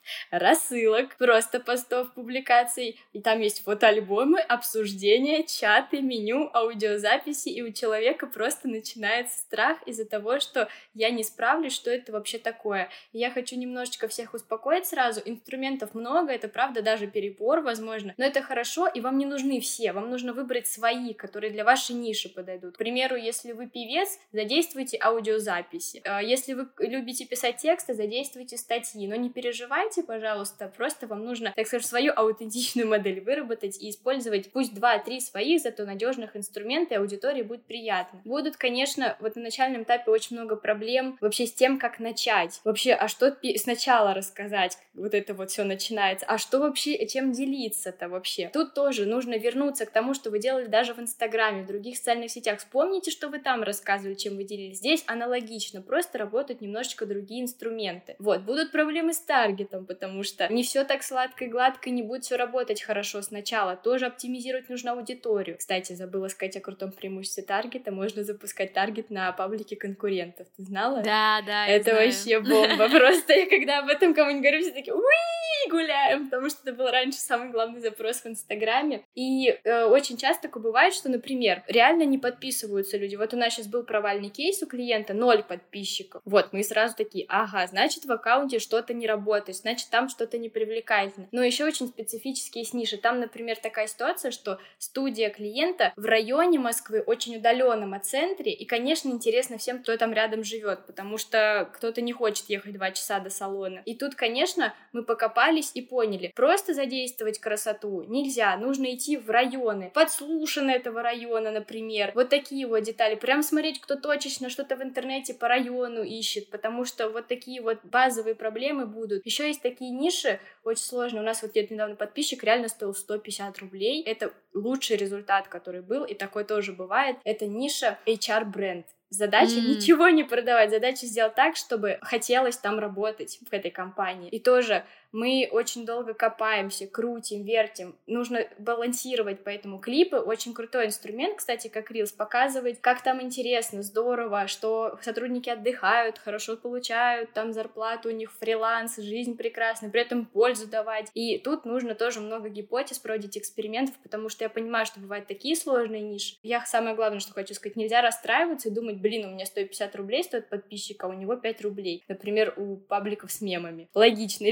рассылок, просто постов, публикаций, и там есть фотоальбомы, обсуждения, чаты, меню, аудиозаписи, и у человека просто начинается страх из-за того, что я не справлюсь, что это вообще такое. И я хочу немножечко всех успокоить сразу: инструментов много, это правда даже перебор, возможно, но это хорошо, и вам не нужны все, вам нужно выбрать свои, которые для вашей ниши подойдут. К примеру, если вы певец, задействуйте аудиозаписи, если вы любите писать тексты, задействуйте статьи, но не переживайте, пожалуйста, просто вам нужно, так скажем, свою аутентичную модель выработать и использовать пусть 2-3 своих, зато надежных инструмента, и аудитории будет приятно. Будут, конечно, вот на начальном этапе очень много проблем вообще с тем, как начать. Вообще, а что сначала рассказать, вот это вот все начинается, а что вообще, чем делиться-то вообще? Тут тоже нужно вернуться к тому, что вы делали даже в Инстаграме, в других социальных сетях. Вспомните, что вы там рассказывали, чем вы делились. Здесь аналогично, просто работают немножечко другие инструменты. Вот, будут проблемы с таргетом, потому что не все так сладко и гладко, не будет все работать хорошо сначала. Тоже оптимизировать нужно аудиторию. Кстати, забыла сказать о крутом преимуществе таргета. Можно запускать таргет на паблике конкурентов. Ты знала? Да, это вообще бомба. Просто я когда об этом кому-нибудь говорю, все такие: уи, гуляем, потому что это был раньше самый главный запрос в Инстаграме. И очень часто такое бывает, что, например, реально не подписываются люди. Вот у нас сейчас был провальный кейс у клиента, 0 подписчиков. Вот, мы сразу такие: ага, значит, в аккаунте что-то не работает, значит, там что-то непривлекательно. Но еще очень специфические есть ниши. Там, например, такая ситуация, что студия клиента в районе Москвы, очень удаленном от центре, и, конечно, интересно всем, кто там рядом живет, потому что кто-то не хочет ехать 2 часа до салона. И тут, конечно, мы покопались и поняли: просто задействовать красоту нельзя, нужно идти в районы, подслушано этого района, например, вот такие вот детали, прям смотреть, кто точечно что-то в интернете по району ищет, потому что вот такие вот базовые проблемы будут. Еще есть такие ниши очень сложные. У нас вот где-то недавно подписчик реально стоил 150 рублей. Это лучший результат, который был, и такой тоже бывает. Это ниша HR-бренд. Задача ничего не продавать, задача сделать так, чтобы хотелось там работать в этой компании. И тоже мы очень долго копаемся, крутим, вертим. Нужно балансировать, поэтому клипы — очень крутой инструмент, кстати, как Reels, показывать, как там интересно, здорово, что сотрудники отдыхают, хорошо получают, там зарплату у них, фриланс, жизнь прекрасная, при этом пользу давать. И тут нужно тоже много гипотез проводить, экспериментов, потому что я понимаю, что бывают такие сложные ниши. Я самое главное, что хочу сказать: нельзя расстраиваться и думать: блин, у меня 150 рублей стоит подписчик, а у него 5 рублей. Например, у пабликов с мемами. Логично. Или с котятами.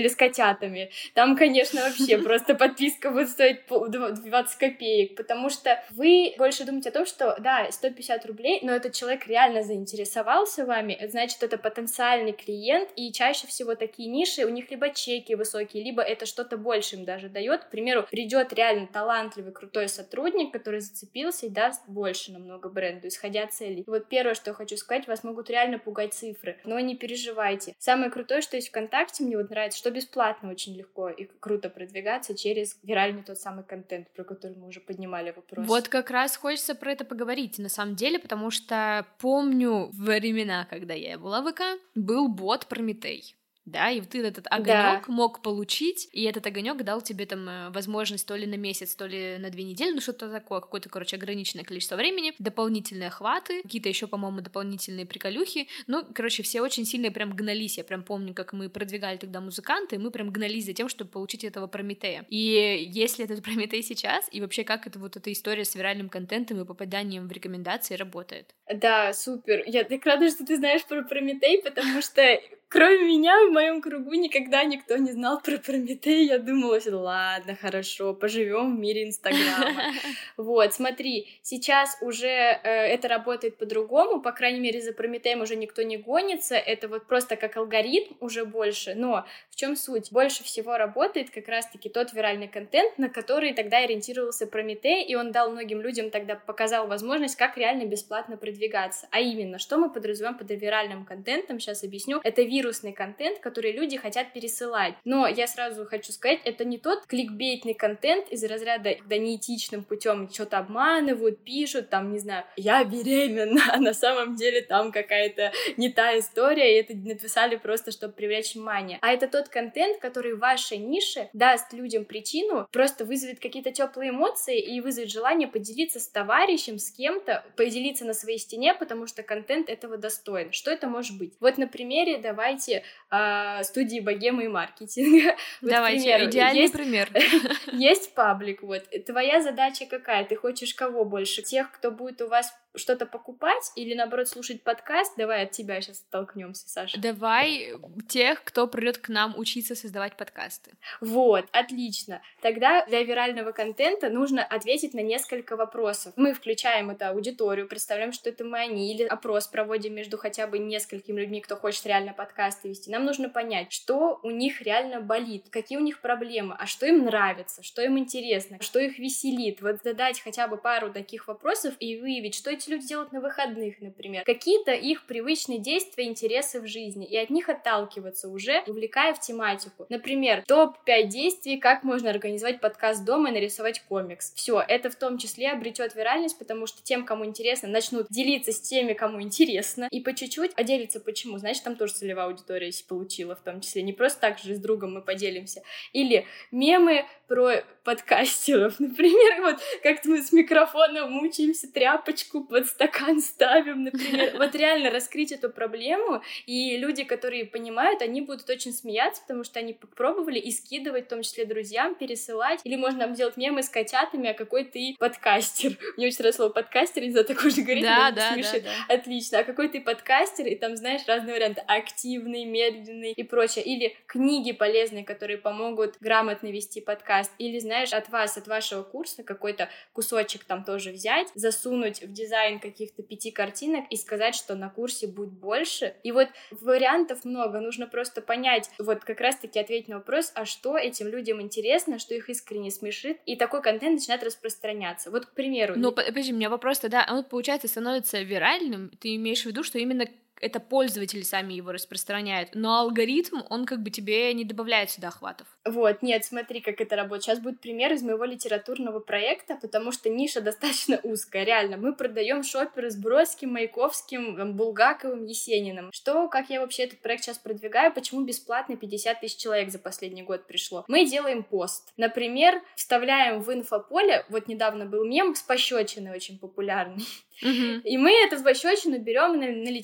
скриншотами. Там, конечно, вообще просто подписка будет стоить 20 копеек, потому что вы больше думаете о том, что, да, 150 рублей, но этот человек реально заинтересовался вами, значит, это потенциальный клиент, и чаще всего такие ниши, у них либо чеки высокие, либо это что-то больше им даже дает. К примеру, придет реально талантливый, крутой сотрудник, который зацепился и даст больше намного бренду, исходя от целей. И вот первое, что я хочу сказать, вас могут реально пугать цифры, но не переживайте. Самое крутое, что есть ВКонтакте, мне вот нравится, что бесплатно очень легко и круто продвигаться через виральный тот самый контент, про который мы уже поднимали вопрос. Вот как раз хочется про это поговорить, на самом деле, потому что помню времена, когда я была в ВК, был бот Прометей. Да, и ты этот огонек мог получить, и этот огонек дал тебе там возможность то ли на месяц, то ли на 2 недели, ну что-то такое, какое-то, короче, ограниченное количество времени, дополнительные охваты, какие-то еще, по-моему, дополнительные приколюхи, ну, короче, все очень сильно прям гнались, я прям помню, как мы продвигали тогда музыканты, и мы прям гнались за тем, чтобы получить этого Прометея. И если этот Прометей сейчас, и вообще как это вот эта история с виральным контентом и попаданием в рекомендации работает? Да, супер, я так рада, что ты знаешь про Прометей, потому что кроме меня в моем кругу никогда никто не знал про Прометей. Я думала, что ладно, хорошо, поживем в мире Инстаграма. Вот, смотри, сейчас уже это работает по-другому, по крайней мере, за Прометеем уже никто не гонится, это вот просто как алгоритм уже больше, но в чем суть? Больше всего работает как раз-таки тот виральный контент, на который тогда ориентировался Прометей, и он дал многим людям тогда, показал возможность, как реально бесплатно продвигаться. А именно, что мы подразумеваем под виральным контентом, сейчас объясню, это вирусный контент, который люди хотят пересылать. Но я сразу хочу сказать, это не тот кликбейтный контент из разряда, когда неэтичным путем что-то обманывают, пишут, там, не знаю, я беременна, а на самом деле там какая-то не та история, и это написали просто, чтобы привлечь внимание. А это тот контент, который в вашей нише даст людям причину, просто вызовет какие-то теплые эмоции и вызовет желание поделиться с товарищем, с кем-то, поделиться на своей стене, потому что контент этого достоин. Что это может быть? Вот на примере давайте студии богемы и маркетинга. Вот, давайте, идеальный пример. Есть паблик, вот. Твоя задача какая? Ты хочешь кого больше? Тех, кто будет у вас что-то покупать или, наоборот, слушать подкаст? Давай от тебя сейчас столкнемся, Саша. Давай тех, кто придет к нам учиться создавать подкасты. Вот, отлично. Тогда для вирального контента нужно ответить на несколько вопросов. Мы включаем эту аудиторию, представляем, что это мы они, или опрос проводим между хотя бы несколькими людьми, кто хочет реально подкасты вести. Нам нужно понять, что у них реально болит, какие у них проблемы, а что им нравится, что им интересно, что их веселит. Вот задать хотя бы пару таких вопросов и выявить, что эти люди делают на выходных, например. Какие-то их привычные действия, интересы в жизни. И от них отталкиваться уже, увлекая в тематику. Например, топ-5 действий, как можно организовать подкаст дома и нарисовать комикс. Все, это в том числе обретет виральность, потому что тем, кому интересно, начнут делиться с теми, кому интересно. И по чуть-чуть, а делиться почему? Значит, там тоже целевая аудитория получила, в том числе. Не просто так же с другом мы поделимся. Или мемы про подкастеров. Например, вот как-то мы с микрофоном мучаемся, тряпочку под стакан ставим, например. Вот реально раскрыть эту проблему, и люди, которые понимают, они будут очень смеяться, потому что они попробовали и скидывать, в том числе друзьям, пересылать. Или можно нам делать мемы с котятами, а какой ты подкастер. Мне очень нравится слово подкастер, не знаю, такое же говорить, да. Отлично. А какой ты подкастер, и там, знаешь, разные варианты. Активный, медленный и прочее. Или книги полезные, которые помогут грамотно вести подкаст. Или, знаешь, от вас, от вашего курса какой-то кусочек там тоже взять, засунуть в дизайн каких-то 5 картинок и сказать, что на курсе будет больше. И вот вариантов много, нужно просто понять, вот как раз-таки ответить на вопрос, а что этим людям интересно, что их искренне смешит, и такой контент начинает распространяться. Вот, к примеру... Ну, подожди, у меня вопрос тогда, он, получается, становится виральным, ты имеешь в виду, что именно это пользователи сами его распространяют, но алгоритм, он как бы тебе не добавляет сюда охватов. Вот, нет, смотри, как это работает. Сейчас будет пример из моего литературного проекта, потому что ниша достаточно узкая, реально. Мы продаем шоперы с Бродским, Маяковским, Булгаковым, Есениным. Что, как я вообще этот проект сейчас продвигаю, почему бесплатно 50 тысяч человек за последний год пришло? Мы делаем пост. Например, вставляем в инфополе, вот недавно был мем с пощечиной очень популярный, и мы эту пощечину берем на литературный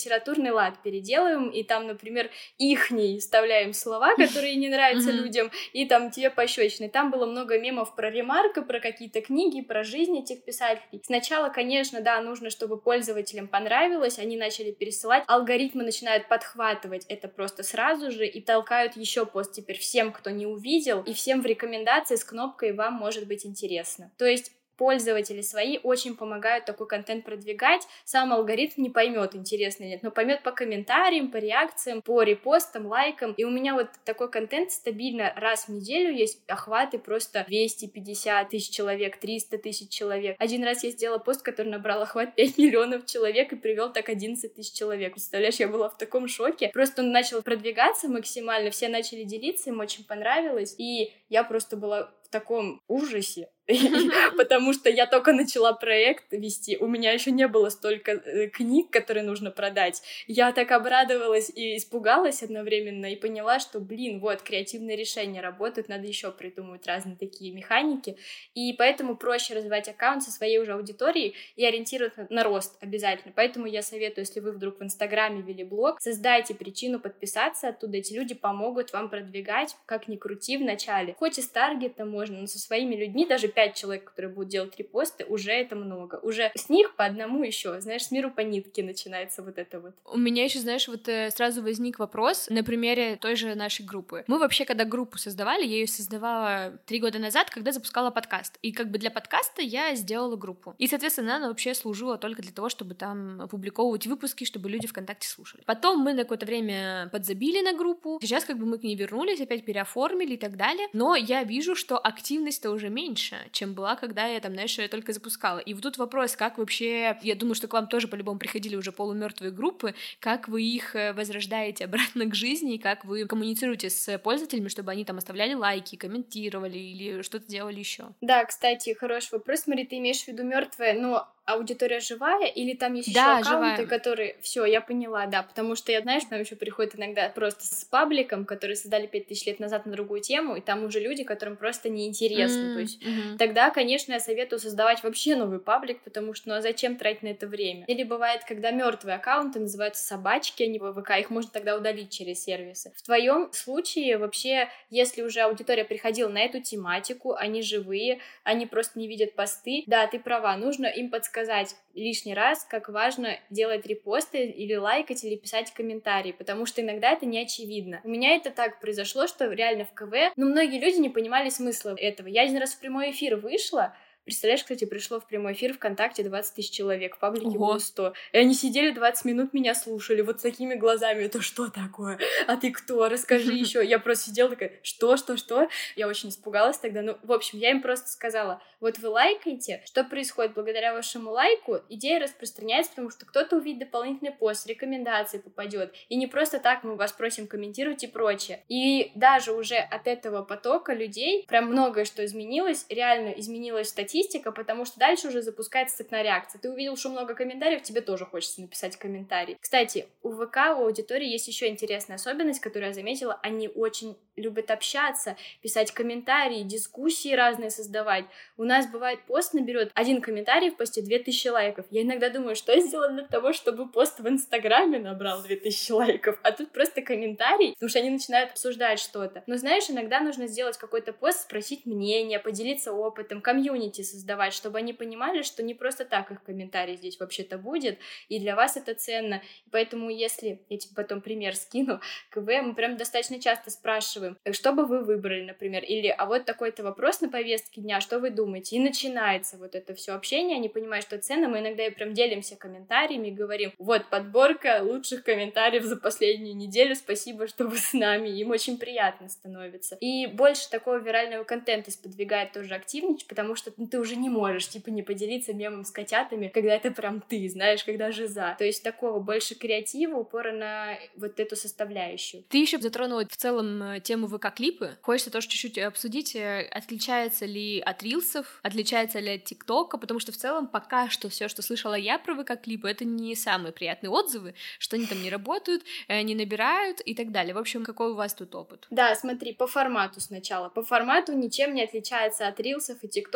цензурный лад переделываем, и там, например, ихний вставляем слова, которые не нравятся людям, и там тебе пощечины. Там было много мемов про Ремарка, про какие-то книги, про жизнь этих писателей. Сначала, конечно, да, нужно, чтобы пользователям понравилось, они начали пересылать, алгоритмы начинают подхватывать это просто сразу же и толкают еще пост теперь всем, кто не увидел, и всем в рекомендации с кнопкой «Вам может быть интересно». То есть пользователи свои очень помогают такой контент продвигать. Сам алгоритм не поймет, интересно или нет, но поймет по комментариям, по реакциям, по репостам, лайкам. И у меня вот такой контент стабильно раз в неделю есть охваты просто 250 тысяч человек, 300 тысяч человек. Один раз я сделала пост, который набрал охват 5 миллионов человек и привел так 11 тысяч человек. Представляешь, я была в таком шоке. Просто он начал продвигаться максимально, все начали делиться, им очень понравилось. И я просто была в таком ужасе, потому что я только начала проект вести, у меня еще не было столько книг, которые нужно продать. Я так обрадовалась и испугалась одновременно и поняла, что, вот, креативные решения работают, надо еще придумывать разные такие механики, и поэтому проще развивать аккаунт со своей уже аудиторией и ориентироваться на рост обязательно. Поэтому я советую, если вы вдруг в Инстаграме вели блог, создайте причину подписаться оттуда, эти люди помогут вам продвигать, как ни крути в начале. Хоть и с таргетом можно, но со своими людьми, даже 5 человек, которые будут делать репосты, уже это много. Уже с них по одному еще, знаешь, с миру по нитке начинается вот это вот. У меня еще, знаешь, вот сразу возник вопрос на примере той же нашей группы. Мы вообще, когда группу создавали, я ее создавала 3 года назад, когда запускала подкаст. И как бы для подкаста я сделала группу. И, соответственно, она вообще служила только для того, чтобы там опубликовывать выпуски, чтобы люди ВКонтакте слушали. Потом мы на какое-то время подзабили на группу. Сейчас как бы мы к ней вернулись, опять переоформили и так далее. Но я вижу, что активность-то уже меньше, чем была, когда я там, знаешь, только запускала. И вот тут вопрос, как вообще, я думаю, что к вам тоже по-любому приходили уже полумертвые группы, как вы их возрождаете обратно к жизни, и как вы коммуницируете с пользователями, чтобы они там оставляли лайки, комментировали или что-то делали еще. Да, кстати, хороший вопрос. Смотри, ты имеешь в виду мертвое, но аудитория живая, или там есть да, еще аккаунты, живая. Которые... Все, я поняла, да, потому что я, знаешь, там еще приходят иногда просто с пабликом, которые создали 5000 лет назад на другую тему, и там уже люди, которым просто неинтересно. То есть тогда, конечно, я советую создавать вообще новый паблик, потому что, ну а зачем тратить на это время? Или бывает, когда мертвые аккаунты называются собачки, они в ВК, их можно тогда удалить через сервисы. В твоем случае вообще, если уже аудитория приходила на эту тематику, они живые, они просто не видят посты, да, ты права, нужно им подсказать лишний раз, как важно делать репосты или лайкать, или писать комментарии, потому что иногда это не очевидно. У меня это так произошло, что реально в КВ, многие люди не понимали смысла этого. Я один раз в прямой эфир вышла, представляешь, кстати, пришло в прямой эфир ВКонтакте 20 тысяч человек, в паблике было 100. И они сидели 20 минут, меня слушали вот с такими глазами. Это что такое? А ты кто? Расскажи еще. Я просто сидела такая, что? Я очень испугалась тогда. В общем, я им просто сказала, вот вы лайкаете, что происходит благодаря вашему лайку? Идея распространяется, потому что кто-то увидит дополнительный пост, рекомендации попадет. И не просто так мы вас просим комментировать и прочее. И даже уже от этого потока людей прям многое что изменилось, реально изменилась статистика, потому что дальше уже запускается цепная реакция. Ты увидел, что много комментариев, тебе тоже хочется написать комментарий. Кстати, у ВК, у аудитории есть еще интересная особенность, которую я заметила. Они очень любят общаться, писать комментарии, дискуссии разные создавать. У нас бывает пост наберет 1 комментарий в посте 2000 лайков. Я иногда думаю, что сделать для того, чтобы пост в Инстаграме набрал 2000 лайков, а тут просто комментарий, потому что они начинают обсуждать что-то. Но знаешь, иногда нужно сделать какой-то пост, спросить мнение, поделиться опытом, комьюнити создавать, чтобы они понимали, что не просто так их комментарий здесь вообще-то будет, и для вас это ценно. И поэтому, если я тебе потом пример скину, КВ, мы прям достаточно часто спрашиваем, что бы вы выбрали, например, или а вот такой-то вопрос на повестке дня, что вы думаете? И начинается вот это все общение, они понимают, что ценно, мы иногда и прям делимся комментариями и говорим, вот подборка лучших комментариев за последнюю неделю, спасибо, что вы с нами, им очень приятно становится. И больше такого вирального контента сподвигает тоже активничать, потому что ты уже не можешь, не поделиться мемом с котятами, когда это прям ты, знаешь, когда жиза. То есть такого больше креатива, упора на вот эту составляющую. Ты еще затронула в целом тему ВК-клипы. Хочется тоже чуть-чуть обсудить, отличается ли от рилсов, отличается ли от ТикТока, потому что в целом пока что все, что слышала я про ВК-клипы, это не самые приятные отзывы, что они там не работают, не набирают и так далее. В общем, какой у вас тут опыт? Да, смотри, по формату сначала. По формату ничем не отличается от рилсов и ТикТоков в плане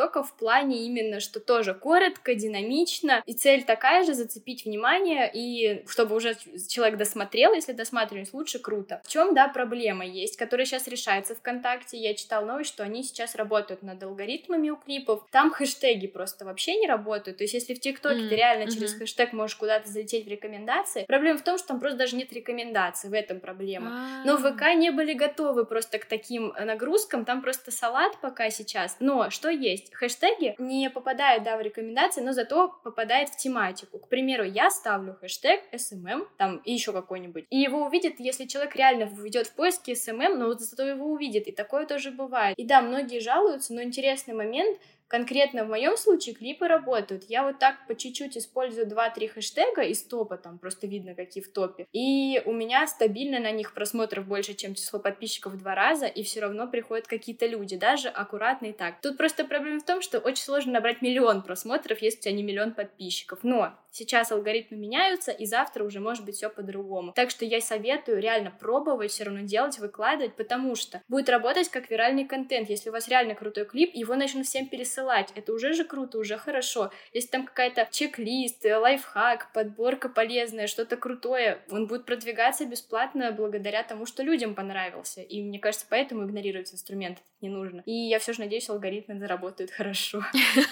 плане именно, что тоже коротко, динамично, и цель такая же — зацепить внимание, и чтобы уже человек досмотрел, если досматривать лучше, круто. В чем, да, проблема есть, которая сейчас решается ВКонтакте. Я читала новость, что они сейчас работают над алгоритмами у клипов. Там хэштеги просто вообще не работают. То есть если в ТикТоке ты реально через хэштег можешь куда-то залететь в рекомендации, проблема в том, что там просто даже нет рекомендаций, в этом проблема. Но в ВК не были готовы просто к таким нагрузкам, там просто салат пока сейчас. Но что есть? Хэштеги не попадают, да, в рекомендации, но зато попадает в тематику. К примеру, я ставлю хэштег SMM, там, и еще какой-нибудь. И его увидит, если человек реально введет в поиске SMM, но вот зато его увидит. И такое тоже бывает. И да, многие жалуются, но интересный момент — конкретно в моем случае клипы работают. Я вот так по чуть-чуть использую 2-3 хэштега из топа, там просто видно, какие в топе. И у меня стабильно на них просмотров больше, чем число подписчиков в 2 раза, и все равно приходят какие-то люди, даже аккуратно и так. Тут просто проблема в том, что очень сложно набрать 1 миллион просмотров, если у тебя не 1 миллион подписчиков. Но сейчас алгоритмы меняются, и завтра уже может быть все по-другому. Так что я советую реально пробовать, все равно делать, выкладывать, потому что будет работать как виральный контент. Если у вас реально крутой клип, его начнут всем пересылать. Это уже же круто, уже хорошо. Если там какая-то чек-лист, лайфхак, подборка полезная, что-то крутое, он будет продвигаться бесплатно благодаря тому, что людям понравился. И мне кажется, поэтому игнорировать инструмент не нужно. И я все же надеюсь, алгоритмы заработают хорошо.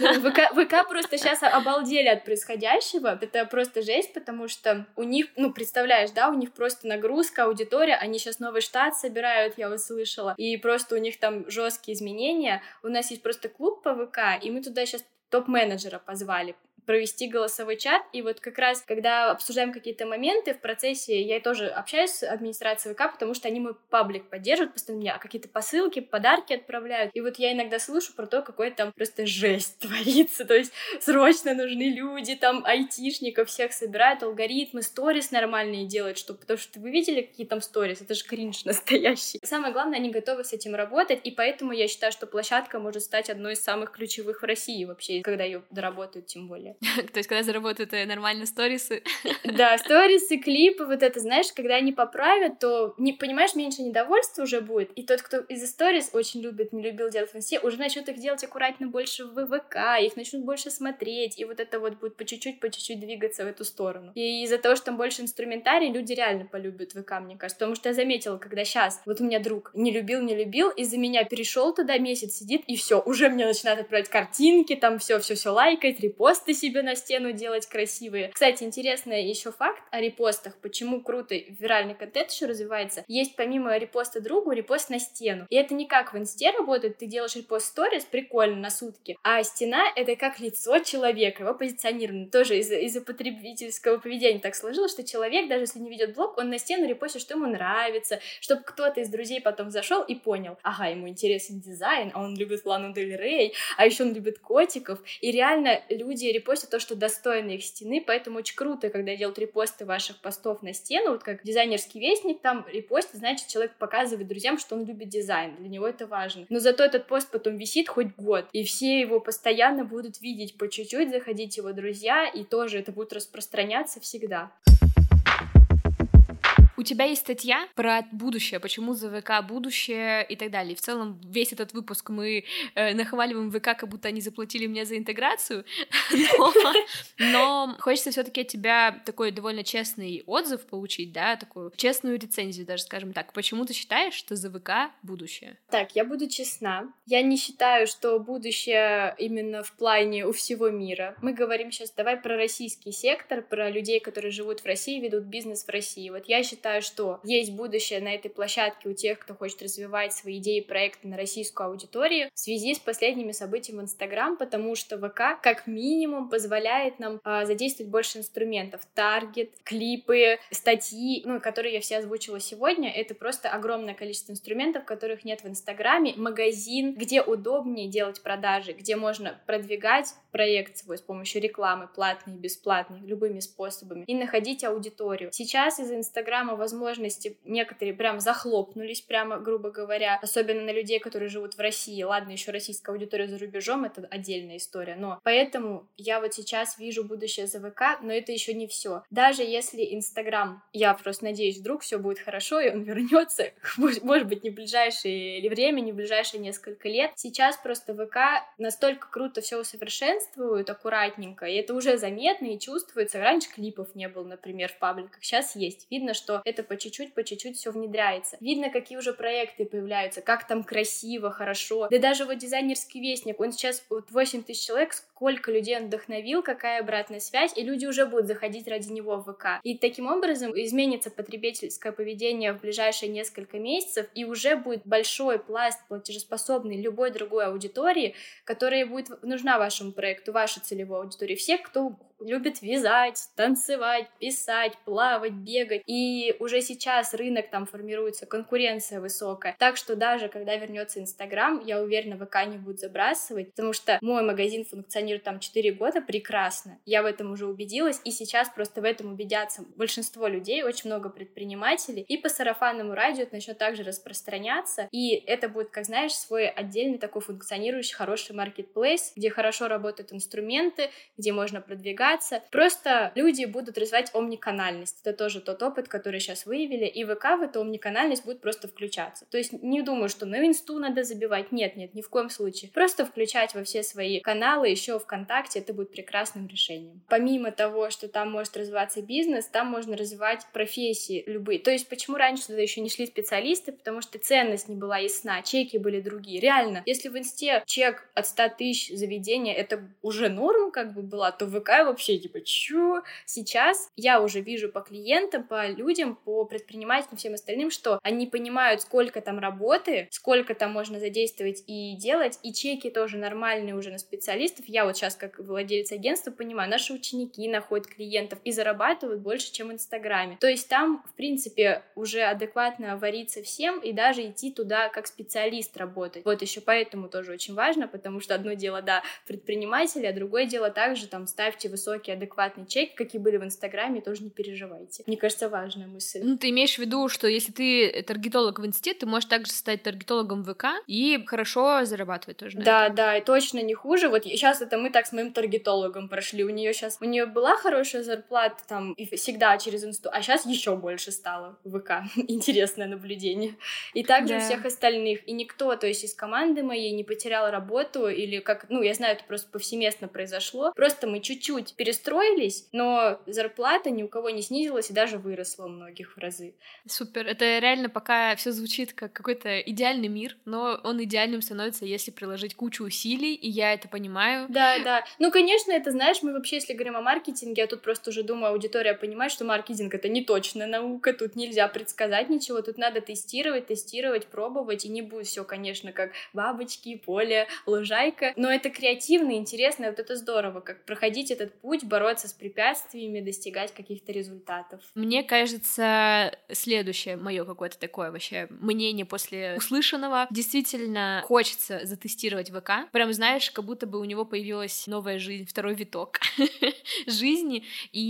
ВК просто сейчас обалдели от происходящего. Это просто жесть, потому что у них, ну, представляешь, да, у них просто нагрузка, аудитория, они сейчас новый штат собирают, я услышала, и просто у них там жесткие изменения. У нас есть просто клуб по ВК, и мы туда сейчас топ-менеджера позвали провести голосовой чат, и вот как раз, когда обсуждаем какие-то моменты в процессе, я тоже общаюсь с администрацией ВК, потому что они мой паблик поддерживают, постоянно мне какие-то посылки, подарки отправляют, и вот я иногда слышу про то, какой там просто жесть творится, то есть срочно нужны люди, там айтишников всех собирают, алгоритмы, сторис нормальные делают, потому что вы видели, какие там сторис, это же кринж настоящий. Самое главное, они готовы с этим работать, и поэтому я считаю, что площадка может стать одной из самых ключевых в России вообще, когда ее доработают тем более. То есть, когда заработают нормально сторисы. Да, сторисы, клипы, вот это, знаешь, когда они поправят, то, понимаешь, меньше недовольства уже будет, и тот, кто из-за сторис очень любит, не любил делать в инсте, уже начнут их делать аккуратно больше в ВК, их начнут больше смотреть, и вот это вот будет по чуть-чуть двигаться в эту сторону. И из-за того, что там больше инструментарий, люди реально полюбят ВК, мне кажется, потому что я заметила, когда сейчас, вот у меня друг не любил, из-за меня перешел туда, месяц сидит, и все, уже мне начинают отправлять картинки, там все лайкать, репосты себе на стену делать красивые. Кстати, интересный еще факт о репостах, почему круто виральный контент еще развивается. Есть помимо репоста другу, репост на стену. И это не как в инсте работает, ты делаешь репост сторис, прикольно, на сутки, а стена — это как лицо человека, его позиционировано. Тоже из-за потребительского поведения так сложилось, что человек, даже если не ведет блог, он на стену репостит, что ему нравится, чтобы кто-то из друзей потом зашел и понял, ага, ему интересен дизайн, а он любит Лану Дель Рей, а еще он любит котиков, и реально люди репостят то, что достойно их стены, поэтому очень круто, когда делают репосты ваших постов на стену, вот как дизайнерский вестник, там репосты, значит, человек показывает друзьям, что он любит дизайн, для него это важно. Но зато этот пост потом висит хоть год, и все его постоянно будут видеть по чуть-чуть, заходить его друзья, и тоже это будет распространяться всегда. У тебя есть статья про будущее, почему за ВК будущее и так далее. И в целом весь этот выпуск мы нахваливаем ВК, как будто они заплатили мне за интеграцию, но хочется все-таки от тебя такой довольно честный отзыв получить, да, такую честную рецензию даже, скажем так. Почему ты считаешь, что за ВК будущее? Так, я буду честна. Я не считаю, что будущее именно в плане у всего мира. Мы говорим сейчас, давай про российский сектор, про людей, которые живут в России, ведут бизнес в России. Вот я считаю, что есть будущее на этой площадке у тех, кто хочет развивать свои идеи и проекты на российскую аудиторию в связи с последними событиями в Инстаграм, потому что ВК как минимум позволяет нам задействовать больше инструментов. Таргет, клипы, статьи, которые я все озвучила сегодня, это просто огромное количество инструментов, которых нет в Инстаграме. Магазин, где удобнее делать продажи, где можно продвигать проект свой с помощью рекламы, платной и бесплатной, любыми способами, и находить аудиторию. Сейчас из-за Инстаграма возможности некоторые прям захлопнулись, прямо, грубо говоря, особенно на людей, которые живут в России. Ладно, еще российская аудитория за рубежом — это отдельная история, но поэтому я вот сейчас вижу будущее за ВК, но это еще не все. Даже если Инстаграм, я просто надеюсь, вдруг все будет хорошо, и он вернется, может быть, не в ближайшее время, не в ближайшие несколько лет. Сейчас просто ВК настолько круто все усовершенствуют, аккуратненько, и это уже заметно и чувствуется. Раньше клипов не было, например, в пабликах, сейчас есть. Видно, что это по чуть-чуть все внедряется. Видно, какие уже проекты появляются, как там красиво, хорошо. Да даже вот дизайнерский вестник, он сейчас вот 8 тысяч человек, сколько людей он вдохновил, какая обратная связь, и люди уже будут заходить ради него в ВК. И таким образом изменится потребительское поведение в ближайшие несколько месяцев, и уже будет большой пласт платежеспособной любой другой аудитории, которая будет нужна вашему проекту, вашей целевой аудитории. Все, кто любит вязать, танцевать, писать, плавать, бегать. И уже сейчас рынок там формируется, конкуренция высокая. Так что даже когда вернется Инстаграм, я уверена, ВК не будет забрасывать, потому что мой магазин функционирует там 4 года прекрасно. Я в этом уже убедилась, и сейчас просто в этом убедятся большинство людей, очень много предпринимателей. И по сарафанному радио это начнет также распространяться. И это будет, как знаешь, свой отдельный такой функционирующий хороший маркетплейс, где хорошо работают инструменты, где можно продвигать. Просто люди будут развивать омниканальность. Это тоже тот опыт, который сейчас выявили, и ВК в эту омниканальность будет просто включаться. То есть не думаю, что на Инсту надо забивать. Нет, ни в коем случае. Просто включать во все свои каналы, еще ВКонтакте, это будет прекрасным решением. Помимо того, что там может развиваться бизнес, там можно развивать профессии любые. То есть почему раньше туда еще не шли специалисты? Потому что ценность не была ясна, чеки были другие. Реально, если в Инсте чек от 100 тысяч заведения это уже норм как бы была, то в ВК вообще типа, чё? Сейчас я уже вижу по клиентам, по людям, по предпринимателям, всем остальным, что они понимают, сколько там работы, сколько там можно задействовать и делать, и чеки тоже нормальные уже на специалистов. Я вот сейчас, как владелец агентства, понимаю, наши ученики находят клиентов и зарабатывают больше, чем в Инстаграме. То есть там, в принципе, уже адекватно вариться всем и даже идти туда как специалист работать. Вот еще поэтому тоже очень важно, потому что одно дело, да, предприниматели, а другое дело также там ставьте высокий адекватный чек, какие были в Инстаграме, тоже не переживайте. Мне кажется, важная мысль. Ну, ты имеешь в виду, что если ты таргетолог в Инсте, ты можешь также стать таргетологом в ВК и хорошо зарабатывать тоже. Да, и точно не хуже. Вот сейчас это мы так с моим таргетологом прошли. У нее была хорошая зарплата там и всегда через Инсту, а сейчас еще больше стало в ВК. Интересное наблюдение. И также всех остальных. И никто, то есть из команды моей не потерял работу или как, я знаю, это просто повсеместно произошло. Просто мы чуть-чуть перестроились, но зарплата ни у кого не снизилась и даже выросла у многих в разы. Супер. Это реально пока все звучит как какой-то идеальный мир, но он идеальным становится, если приложить кучу усилий, и я это понимаю. Да. Ну, конечно, это, знаешь, мы вообще, если говорим о маркетинге, я тут просто уже думаю, аудитория понимает, что маркетинг — это не точная наука, тут нельзя предсказать ничего, тут надо тестировать, пробовать, и не будет все, конечно, как бабочки, поле, лужайка, но это креативно, интересно, вот это здорово, как проходить этот путь, бороться с препятствиями, достигать каких-то результатов. Мне кажется, следующее мое какое-то такое вообще мнение после услышанного. Действительно хочется затестировать ВК. Прям, знаешь, как будто бы у него появилась новая жизнь, второй виток жизни,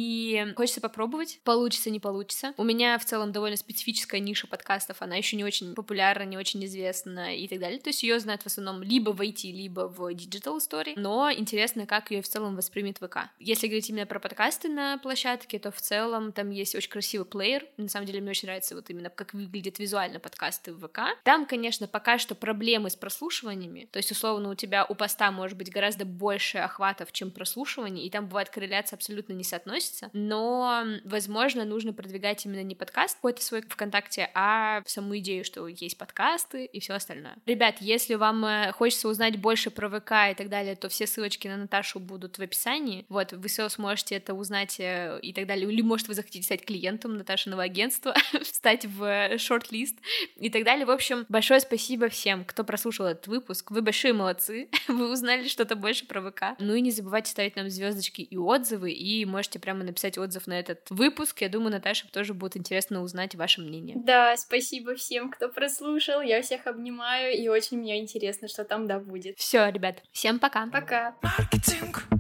и хочется попробовать. Получится, не получится. У меня в целом довольно специфическая ниша подкастов, она еще не очень популярна, не очень известна и так далее. То есть ее знают в основном либо в IT, либо в digital story, но интересно, как ее в целом воспримет ВК. Если говорить именно про подкасты на площадке, то в целом там есть очень красивый плеер. На самом деле мне очень нравится вот именно как выглядят визуально подкасты в ВК. Там, конечно, пока что проблемы с прослушиваниями, то есть условно у поста может быть гораздо больше охватов, чем прослушиваний, и там бывает корреляция абсолютно не соотносится, но, возможно, нужно продвигать именно не подкаст какой-то свой ВКонтакте, а саму идею, что есть подкасты и все остальное. Ребят, если вам хочется узнать больше про ВК и так далее, то все ссылочки на Наташу будут в описании. Вот, вы все сможете это узнать и так далее. Или, может, вы захотите стать клиентом Наташиного агентства, встать в шорт-лист и так далее. В общем, большое спасибо всем, кто прослушал этот выпуск. Вы большие молодцы. Вы узнали что-то больше про ВК. Ну и не забывайте ставить нам звездочки и отзывы, и можете прямо написать отзыв на этот выпуск. Я думаю, Наташе тоже будет интересно узнать ваше мнение. Да, спасибо всем, кто прослушал. Я всех обнимаю, и очень мне интересно, что там будет. Все, ребят, всем пока. Пока. Маркетинг.